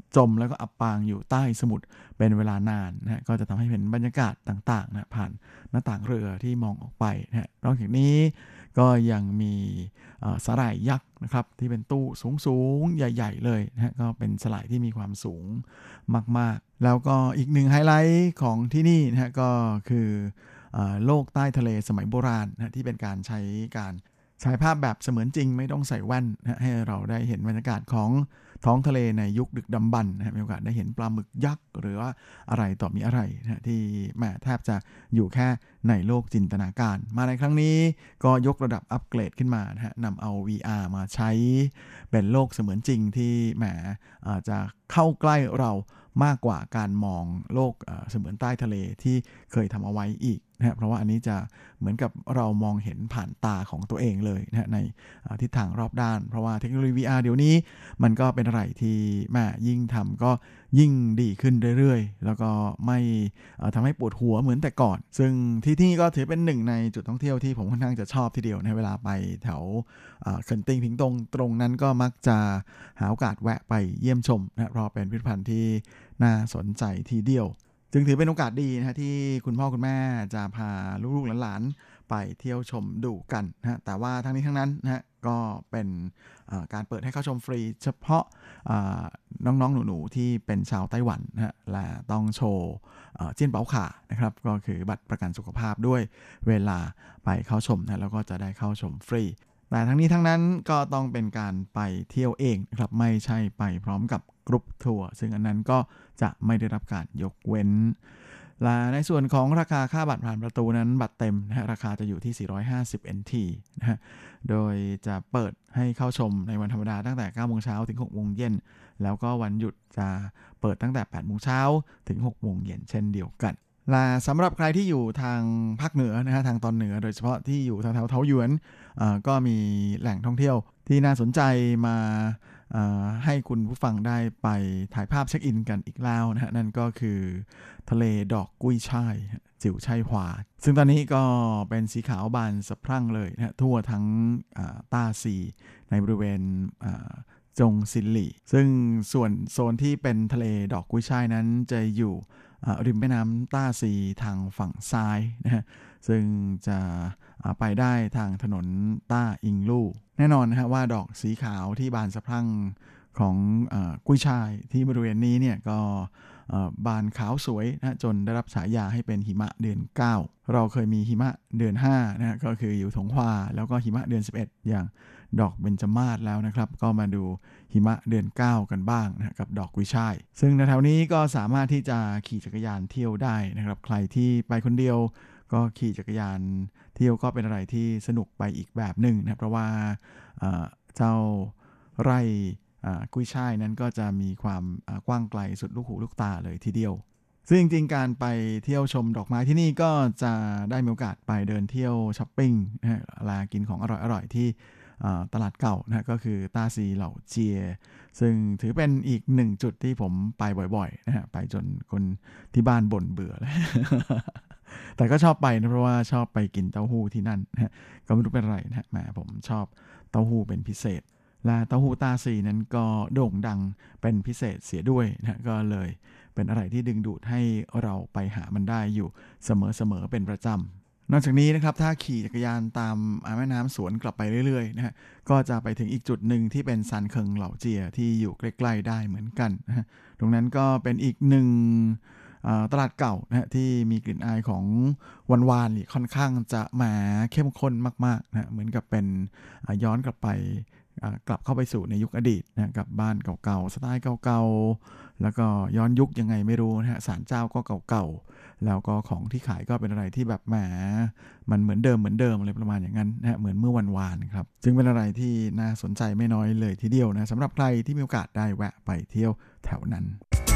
จมแล้วก็อับปางอยู่ใต้สมุทรเป็นเวลานานนะฮะก็จะทำให้เห็นบรรยากาศต่างๆนะผ่านหน้าต่างเรือที่มองออกไปนะฮะนอกจากนี้ก็ยังมีสาหร่ายยักษ์นะครับที่เป็นตู้สูงๆใหญ่ๆเลยนะฮะก็เป็นสาหร่ายที่มีความสูงมากๆแล้วก็อีกหนึ่งไฮไลท์ของที่นี่นะฮะก็คือโลกใต้ทะเลสมัยโบราณนะที่เป็นการใช้ภาพแบบเสมือนจริงไม่ต้องใส่แว่นนะให้เราได้เห็นบรรยากาศของท้องทะเลในยุคดึกดำบรรพ์นะมีโอกาสได้เห็นปลาหมึกยักษ์หรือว่าอะไรต่อมีอะไรนะที่แม้แทบจะอยู่แค่ในโลกจินตนาการมาในครั้งนี้ก็ยกระดับอัปเกรดขึ้นมานะฮะนำเอา VR มาใช้เป็นโลกเสมือนจริงที่แหมอาจจะเข้าใกล้เรามากกว่าการมองโลกเสมือนใต้ทะเลที่เคยทำเอาไว้อีกนะเพราะว่าอันนี้จะเหมือนกับเรามองเห็นผ่านตาของตัวเองเลยนะในทิศทางรอบด้านเพราะว่าเทคโนโลยี VR เดี๋ยวนี้มันก็เป็นอะไรที่แม่ยิ่งทำก็ยิ่งดีขึ้นเรื่อยๆแล้วก็ไม่ทำให้ปวดหัวเหมือนแต่ก่อนซึ่งที่นี่ก็ถือเป็นหนึ่งในจุดท่องเที่ยวที่ผมค่อนข้างจะชอบทีเดียวในเวลาไปแถวเคินติงพิงตรงนั้นก็มักจะหาโอกาสแวะไปเยี่ยมชมนะเพราะเป็นพิพิธภัณฑ์ที่น่าสนใจทีเดียวจึงถือเป็นโอกาสดีนะที่คุณพ่อคุณแม่จะพาลูกๆหลานๆไปเที่ยวชมดูกันนะแต่ว่าทั้งนี้ทั้งนั้นนะก็เป็นการเปิดให้เข้าชมฟรีเฉพาะน้องๆหนูๆที่เป็นชาวไต้หวันนะและต้องโชว์เจี้ยนเป๋าขานะครับก็คือบัตรประกันสุขภาพด้วยเวลาไปเข้าชมนะแล้วก็จะได้เข้าชมฟรีแต่ทั้งนี้ทั้งนั้นก็ต้องเป็นการไปเที่ยวเองนะครับไม่ใช่ไปพร้อมกับกรุ๊ปทัวร์ซึ่งอันนั้นก็จะไม่ได้รับการยกเว้นและในส่วนของราคาค่าบัตรผ่านประตูนั้นบัตรเต็มนะฮะราคาจะอยู่ที่450 NT นะฮะโดยจะเปิดให้เข้าชมในวันธรรมดาตั้งแต่ 9:00 นถึง 6:00 นแล้วก็วันหยุดจะเปิดตั้งแต่ 8:00 นถึง 6:00 นเช่นเดียวกันและสำหรับใครที่อยู่ทางภาคเหนือนะฮะทางตอนเหนือโดยเฉพาะที่อยู่แถวเทาหยวนก็มีแหล่งท่องเที่ยวที่น่าสนใจมาให้คุณผู้ฟังได้ไปถ่ายภาพเช็คอินกันอีกแล้วนะฮะนั่นก็คือทะเลดอกกุ้ยช่ายจิ๋วช่ายหวาซึ่งตอนนี้ก็เป็นสีขาวบานสะพรั่งเลยนะทั่วทั้งต้าซีในบริเวณจงซินหลี่ซึ่งส่วนโซนที่เป็นทะเลดอกกุ้ยช่ายนั้นจะอยู่ริมแม่น้ำต้าซีทางฝั่งซ้ายนะฮะซึ่งจะไปได้ทางถนนต้าอิงลู่แน่นอนนะฮะว่าดอกสีขาวที่บานสะพรั่งของกุ้ยช่ายที่บริเวณนี้เนี่ยก็บานขาวสวยนะจนได้รับฉายาให้เป็นหิมะเดือน9เราเคยมีหิมะเดือน5นะก็คืออยู่ถงฮวาแล้วก็หิมะเดือน11อย่างดอกเบญจมาศแล้วนะครับก็มาดูหิมะเดือน9กันบ้างนะกับดอกกุ้ยช่ายซึ่งแถวนี้ก็สามารถที่จะขี่จักรยานเที่ยวได้นะครับใครที่ไปคนเดียวก็ขี่จักรยานเที่ยวก็เป็นอะไรที่สนุกไปอีกแบบหนึ่งนะเพราะว่าเจ้าไร่กุ้ยช่ายนั้นก็จะมีความกว้างไกลสุดลูกหูลูกตาเลยทีเดียวซึ่งจริงๆการไปเที่ยวชมดอกไม้ที่นี่ก็จะได้มีโอกาสไปเดินเที่ยวช้อปปิ้งนะลากินของอร่อยๆที่ตลาดเก่านะก็คือต้าซีเหล่าเจียซึ่งถือเป็นอีกหนึ่งจุดที่ผมไปบ่อยๆนะฮะไปจนคนที่บ้านบ่นเบื่อแล้ว แต่ก็ชอบไปนะเพราะว่าชอบไปกินเต้าหู้ที่นั่นนะก็ไม่รู้เป็นไรนะแหมผมชอบเต้าหู้เป็นพิเศษและเต้าหู้ต้าซีนั้นก็โด่งดังเป็นพิเศษเสียด้วยนะก็เลยเป็นอะไรที่ดึงดูดให้เราไปหามันได้อยู่เสมอเป็นประจำนอกจากนี้นะครับถ้าขี่จักรยานตามแม่น้ำสวนกลับไปเรื่อยๆนะฮะก็จะไปถึงอีกจุดหนึ่งที่เป็นซานเคิงเหล่าเจียที่อยู่ใกล้ๆได้เหมือนกันนะฮะตรงนั้นก็เป็นอีกหนึ่งตลาดเก่านะฮะที่มีกลิ่นอายของวานๆค่อนข้างจะแหมเข้มข้นมากๆนะเหมือนกับเป็นย้อนกลับเข้าไปสู่ในยุคอดีตนะกับบ้านเก่าๆสไตล์เก่าๆแล้วก็ย้อนยุคยังไงไม่รู้นะฮะศาลเจ้าก็เก่าๆแล้วก็ของที่ขายก็เป็นอะไรที่แบบแหมมันเหมือนเดิมอะไรประมาณอย่างนั้นนะฮะเหมือนเมื่อวานครับจึงเป็นอะไรที่น่าสนใจไม่น้อยเลยทีเดียวนะสำหรับใครที่มีโอกาสได้แวะไปเที่ยวแถวนั้น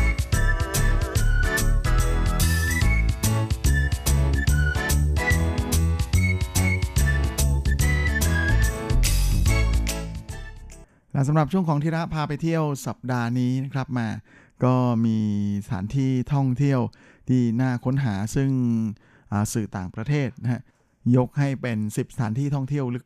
และสำหรับช่วงของธีระพาไปเที่ยวสัปดาห์นี้นะครับมาก็มีสถานที่ท่องเที่ยวที่น่าค้นหาซึ่งสื่อต่างประเทศนะฮะยกให้เป็น10สถานที่ท่องเที่ยวลึกลับ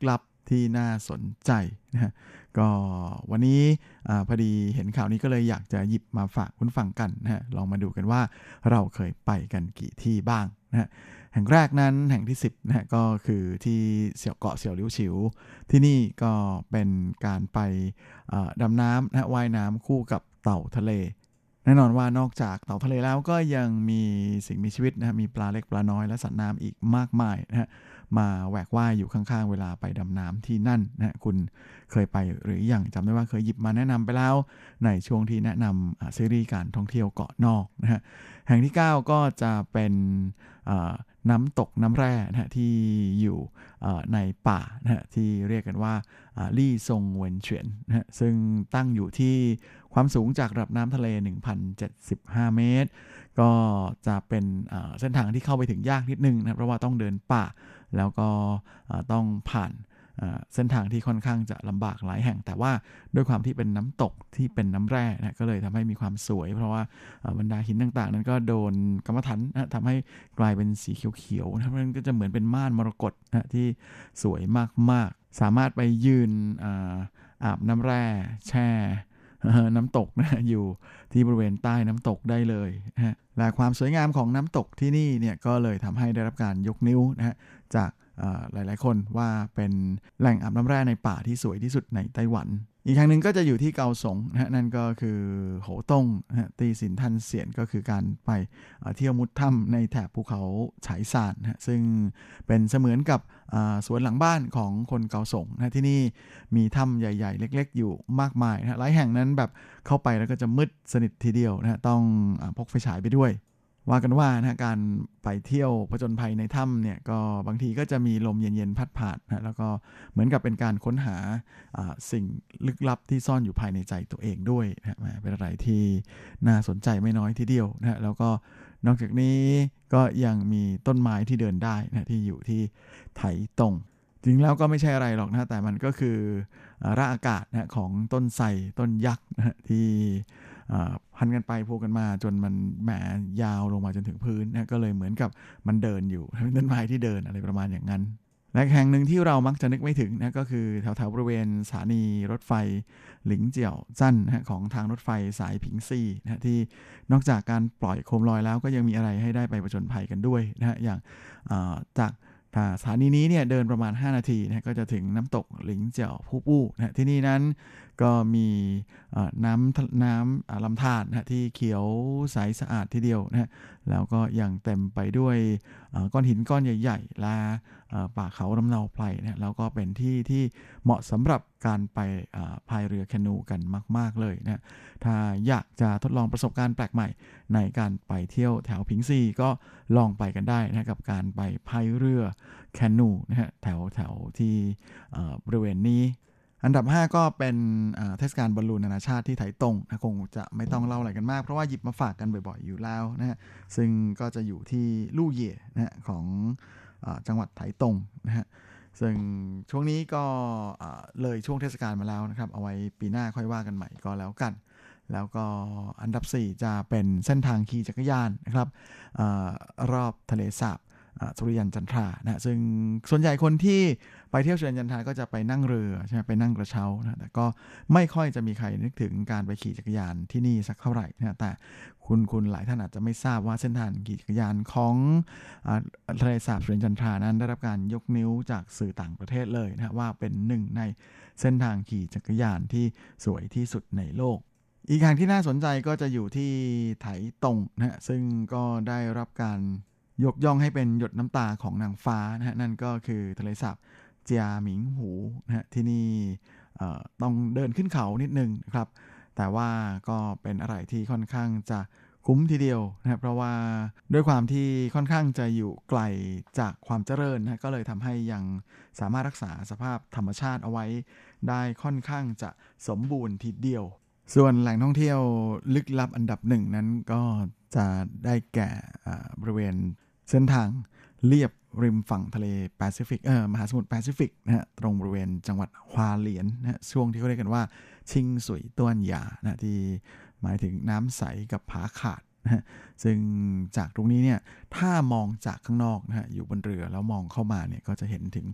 ที่น่าสนใจนะฮะก็วันนี้พอดีเห็นข่าวนี้ก็เลยอยากจะหยิบมาฝากคุณฟังกันนะฮะลองมาดูกันว่าเราเคยไปกันกี่ที่บ้างนะฮะแห่งแรกนั้นแห่งที่10นะฮะก็คือที่เกาะเสี่ยวลิ้วฉิวที่นี่ก็เป็นการไปดำน้ำนะว่ายน้ำคู่กับเต่าทะเลแน่นอนว่านอกจากเต่าทะเลแล้วก็ยังมีสิ่งมีชีวิตนะฮะมีปลาเล็กปลาน้อยและสัตว์น้ำอีกมากมายนะฮะมาแหวกว่ายอยู่ข้างๆเวลาไปดำน้ำที่นั่นนะคุณเคยไปหรือยังจำได้ว่าเคยหยิบมาแนะนำไปแล้วในช่วงที่แนะนำซีรีส์การท่องเที่ยวเกาะนอกนะฮะแห่งที่9ก็จะเป็นน้ำตกน้ำแร่นะฮะที่อยู่ในป่านะฮะที่เรียกกันว่าลี่ซงเวินเฉียนนะฮะซึ่งตั้งอยู่ที่ความสูงจากระดับน้ำทะเล 1,075 เมตรก็จะเป็นเส้นทางที่เข้าไปถึงยากนิดนึงนะเพราะว่าต้องเดินป่าแล้วก็ต้องผ่านเส้นทางที่ค่อนข้างจะลำบากหลายแห่งแต่ว่าด้วยความที่เป็นน้ำตกที่เป็นน้ำแร่นะก็เลยทำให้มีความสวยเพราะว่าบรรดาหินต่างๆนั้นก็โดนกรรมฐานนะทำให้กลายเป็นสีเขียวๆนะมันก็จะเหมือนเป็นม่านมรกตนะที่สวยมากๆสามารถไปยืนอาบน้ำแร่แช่น้ำตกนะอยู่ที่บริเวณใต้น้ำตกได้เลยนะและความสวยงามของน้ำตกที่นี่เนี่ยก็เลยทำให้ได้รับการยกนิ้วนะฮะจากหลายๆคนว่าเป็นแหล่งอาบน้ำแร่ในป่าที่สวยที่สุดในไต้หวันอีกแห่งหนึ่งก็จะอยู่ที่เกาสงนะฮะนั่นก็คือโหต้งนะฮะตีสินทันเสียนก็คือการไปเที่ยวมุดถ้ำในแถบภูเขาฉายซานนะฮะซึ่งเป็นเสมือนกับสวนหลังบ้านของคนเกาสงนะที่นี่มีถ้ำใหญ่ๆเล็กๆอยู่มากมายนะหลายแห่งนั้นแบบเข้าไปแล้วก็จะมืดสนิททีเดียวนะฮะต้องพกไฟฉายไปด้วยว่ากันว่านะการไปเที่ยวผจญภัยในถ้ำเนี่ยก็บางทีก็จะมีลมเย็นๆพัดผ่านนะแล้วก็เหมือนกับเป็นการค้นหาสิ่งลึกลับที่ซ่อนอยู่ภายในใจตัวเองด้วยนะเป็นอะไรที่น่าสนใจไม่น้อยทีเดียวนะแล้วก็นอกจากนี้ก็ยังมีต้นไม้ที่เดินได้นะที่อยู่ที่ไถตงจริงแล้วก็ไม่ใช่อะไรหรอกนะแต่มันก็คือรากอากาศนะของต้นไทรต้นยักษ์นะที่พันกันไปพูกันมาจนมันแหมยาวลงมาจนถึงพื้นนะก็เลยเหมือนกับมันเดินอยู่ต้นไม้ที่เดินอะไรประมาณอย่างนั้นและแห่งหนึ่งที่เรามักจะนึกไม่ถึงนะก็คือแถวๆบริเวณสถานีรถไฟหลิงเจียวจั่นนะของทางรถไฟสายผิงซี่นะที่นอกจากการปล่อยโคมลอยแล้วก็ยังมีอะไรให้ได้ไปผจญภัยกันด้วยนะอย่างจากสถานีนี้เนี่ยเดินประมาณ5นาทีนะก็จะถึงน้ำตกหลิงเจียวผู้ปู้นะที่นี่นั้นก็มีน้ำลำธารนะที่เขียวใสสะอาดทีเดียวนะแล้วก็ยังเต็มไปด้วยก้อนหินก้อนใหญ่ๆและป่าเขาลำเนาไพรนะแล้วก็เป็นที่ที่เหมาะสำหรับการไปพายเรือแคนูกันมากๆเลยนะถ้าอยากจะทดลองประสบการณ์แปลกใหม่ในการไปเที่ยวแถวผิงซีก็ลองไปกันได้นะกับการไปพายเรือแคนูนะฮะแถวที่บริเวณนี้อันดับ5ก็เป็นเทศกาลบอลลูนนานาชาติที่ไถตงนะคงจะไม่ต้องเล่าอะไรกันมากเพราะว่าหยิบมาฝากกันบ่อยๆอยู่แล้วนะฮะซึ่งก็จะอยู่ที่ลู่เย่นะฮะของจังหวัดไถตงนะฮะซึ่งช่วงนี้ก็เลยช่วงเทศกาลมาแล้วนะครับเอาไว้ปีหน้าค่อยว่ากันใหม่ก็แล้วกันแล้วก็อันดับ4จะเป็นเส้นทางขี่จักรยานนะครับรอบทะเลสาบสุริยันจันทรานะซึ่งส่วนใหญ่คนที่ไปเที่ยวสุริยันจันทราก็จะไปนั่งเรือใช่ไหมไปนั่งกระเช้านะแต่ก็ไม่ค่อยจะมีใครนึกถึงการไปขี่จักรยานที่นี่สักเท่าไหร่นะแต่คุณหลายท่านอาจจะไม่ทราบว่าเส้นทางขี่จักรยานของทะเลสาบสุริยันจันทรานั้นได้รับการยกนิ้วจากสื่อต่างประเทศเลยนะว่าเป็นหนึ่งในเส้นทางขี่จักรยานที่สวยที่สุดในโลกอีกอย่างที่น่าสนใจก็จะอยู่ที่ไถตงนะซึ่งก็ได้รับการยกย่องให้เป็นหยดน้ำตาของนางฟ้านะฮะนั่นก็คือทะเลสาบเจียหมิงหูนะฮะที่นี่ต้องเดินขึ้นเขานิดนึงนะครับแต่ว่าก็เป็นอะไรที่ค่อนข้างจะคุ้มทีเดียวนะเพราะว่าด้วยความที่ค่อนข้างจะอยู่ไกลจากความเจริญนะก็เลยทำให้ยังสามารถรักษาสภาพธรรมชาติเอาไว้ได้ค่อนข้างจะสมบูรณ์ทีเดียวส่วนแหล่งท่องเที่ยวลึกลับอันดับหนึ่งนั้นก็จะได้แก่บริเวณเส้นทางเลียบริมฝั่งทะเลแปซิฟิกมหาสมุทรแปซิฟิกนะฮะตรงบริเวณจังหวัดฮวาเหลียนนะฮะช่วงที่เขาเรียกกันว่าชิงสุยต้วนหยานะที่หมายถึงน้ำใสกับผาขาดนะฮะซึ่งจากตรงนี้เนี่ยถ้ามองจากข้างนอกนะฮะอยู่บนเรือแล้วมองเข้ามาเนี่ยก็จะเห็นถึง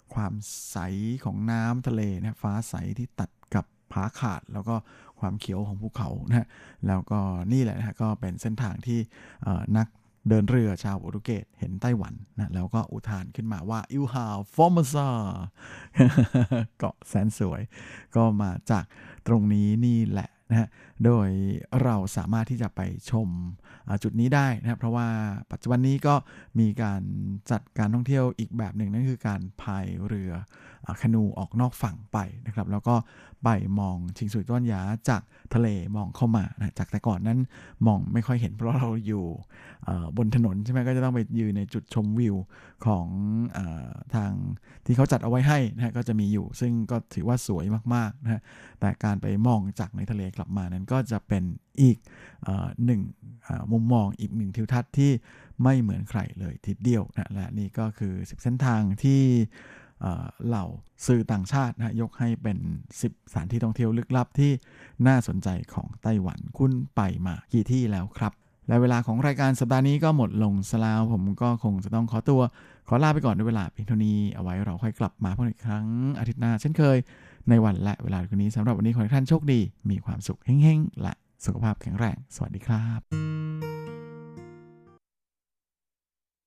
ความใสของน้ำทะเลนะฟ้าใสที่ตัดกับผาขาดแล้วก็ความเขียวของภูเขานะฮะแล้วก็นี่แหละนะฮะก็เป็นเส้นทางที่นักเดินเรือชาวโปรตุเกสเห็นไต้หวันนะแล้วก็อุทานขึ้นมาว่าอิลฮาฟอร์มซาเกาะแสนสวยก็มาจากตรงนี้นี่แหละนะฮะโดยเราสามารถที่จะไปชมจุดนี้ได้นะครับเพราะว่าปัจจุบันนี้ก็มีการจัดการท่องเที่ยวอีกแบบหนึ่งนั่นคือการพายเรือแคนูออกนอกฝั่งไปนะครับแล้วก็ไปมองชิงสุยต้วนหยาจากทะเลมองเข้ามานะจากแต่ก่อนนั้นมองไม่ค่อยเห็นเพราะเราอยู่บนถนนใช่ไหมก็จะต้องไปยืนในจุดชมวิวของทางที่เขาจัดเอาไว้ให้นะก็จะมีอยู่ซึ่งก็ถือว่าสวยมากๆนะฮะแต่การไปมองจากในทะเลกลับมานั้นก็จะเป็นอีกหนึ่งมุมมองอีกหนึ่งทิวทัศน์ที่ไม่เหมือนใครเลยทีเดียวนะและนี่ก็คือ10เส้นทางที่เหล่าสื่อต่างชาตินะยกให้เป็น10สถานที่ท่องเที่ยวลึกลับที่น่าสนใจของไต้หวันคุณไปมากี่ที่แล้วครับและเวลาของรายการสัปดาห์นี้ก็หมดลงซะแล้วผมก็คงจะต้องขอลาไปก่อนด้วยเวลาเพียงเท่านี้เอาไว้เราค่อยกลับมาพบกันอีกครั้งอาทิตย์หน้าเช่นเคยในวันและเวลาวันนี้สำหรับวันนี้ขอให้ท่านโชคดีมีความสุขเฮ้งๆและสุขภาพแข็งแรงสวัสดีครับ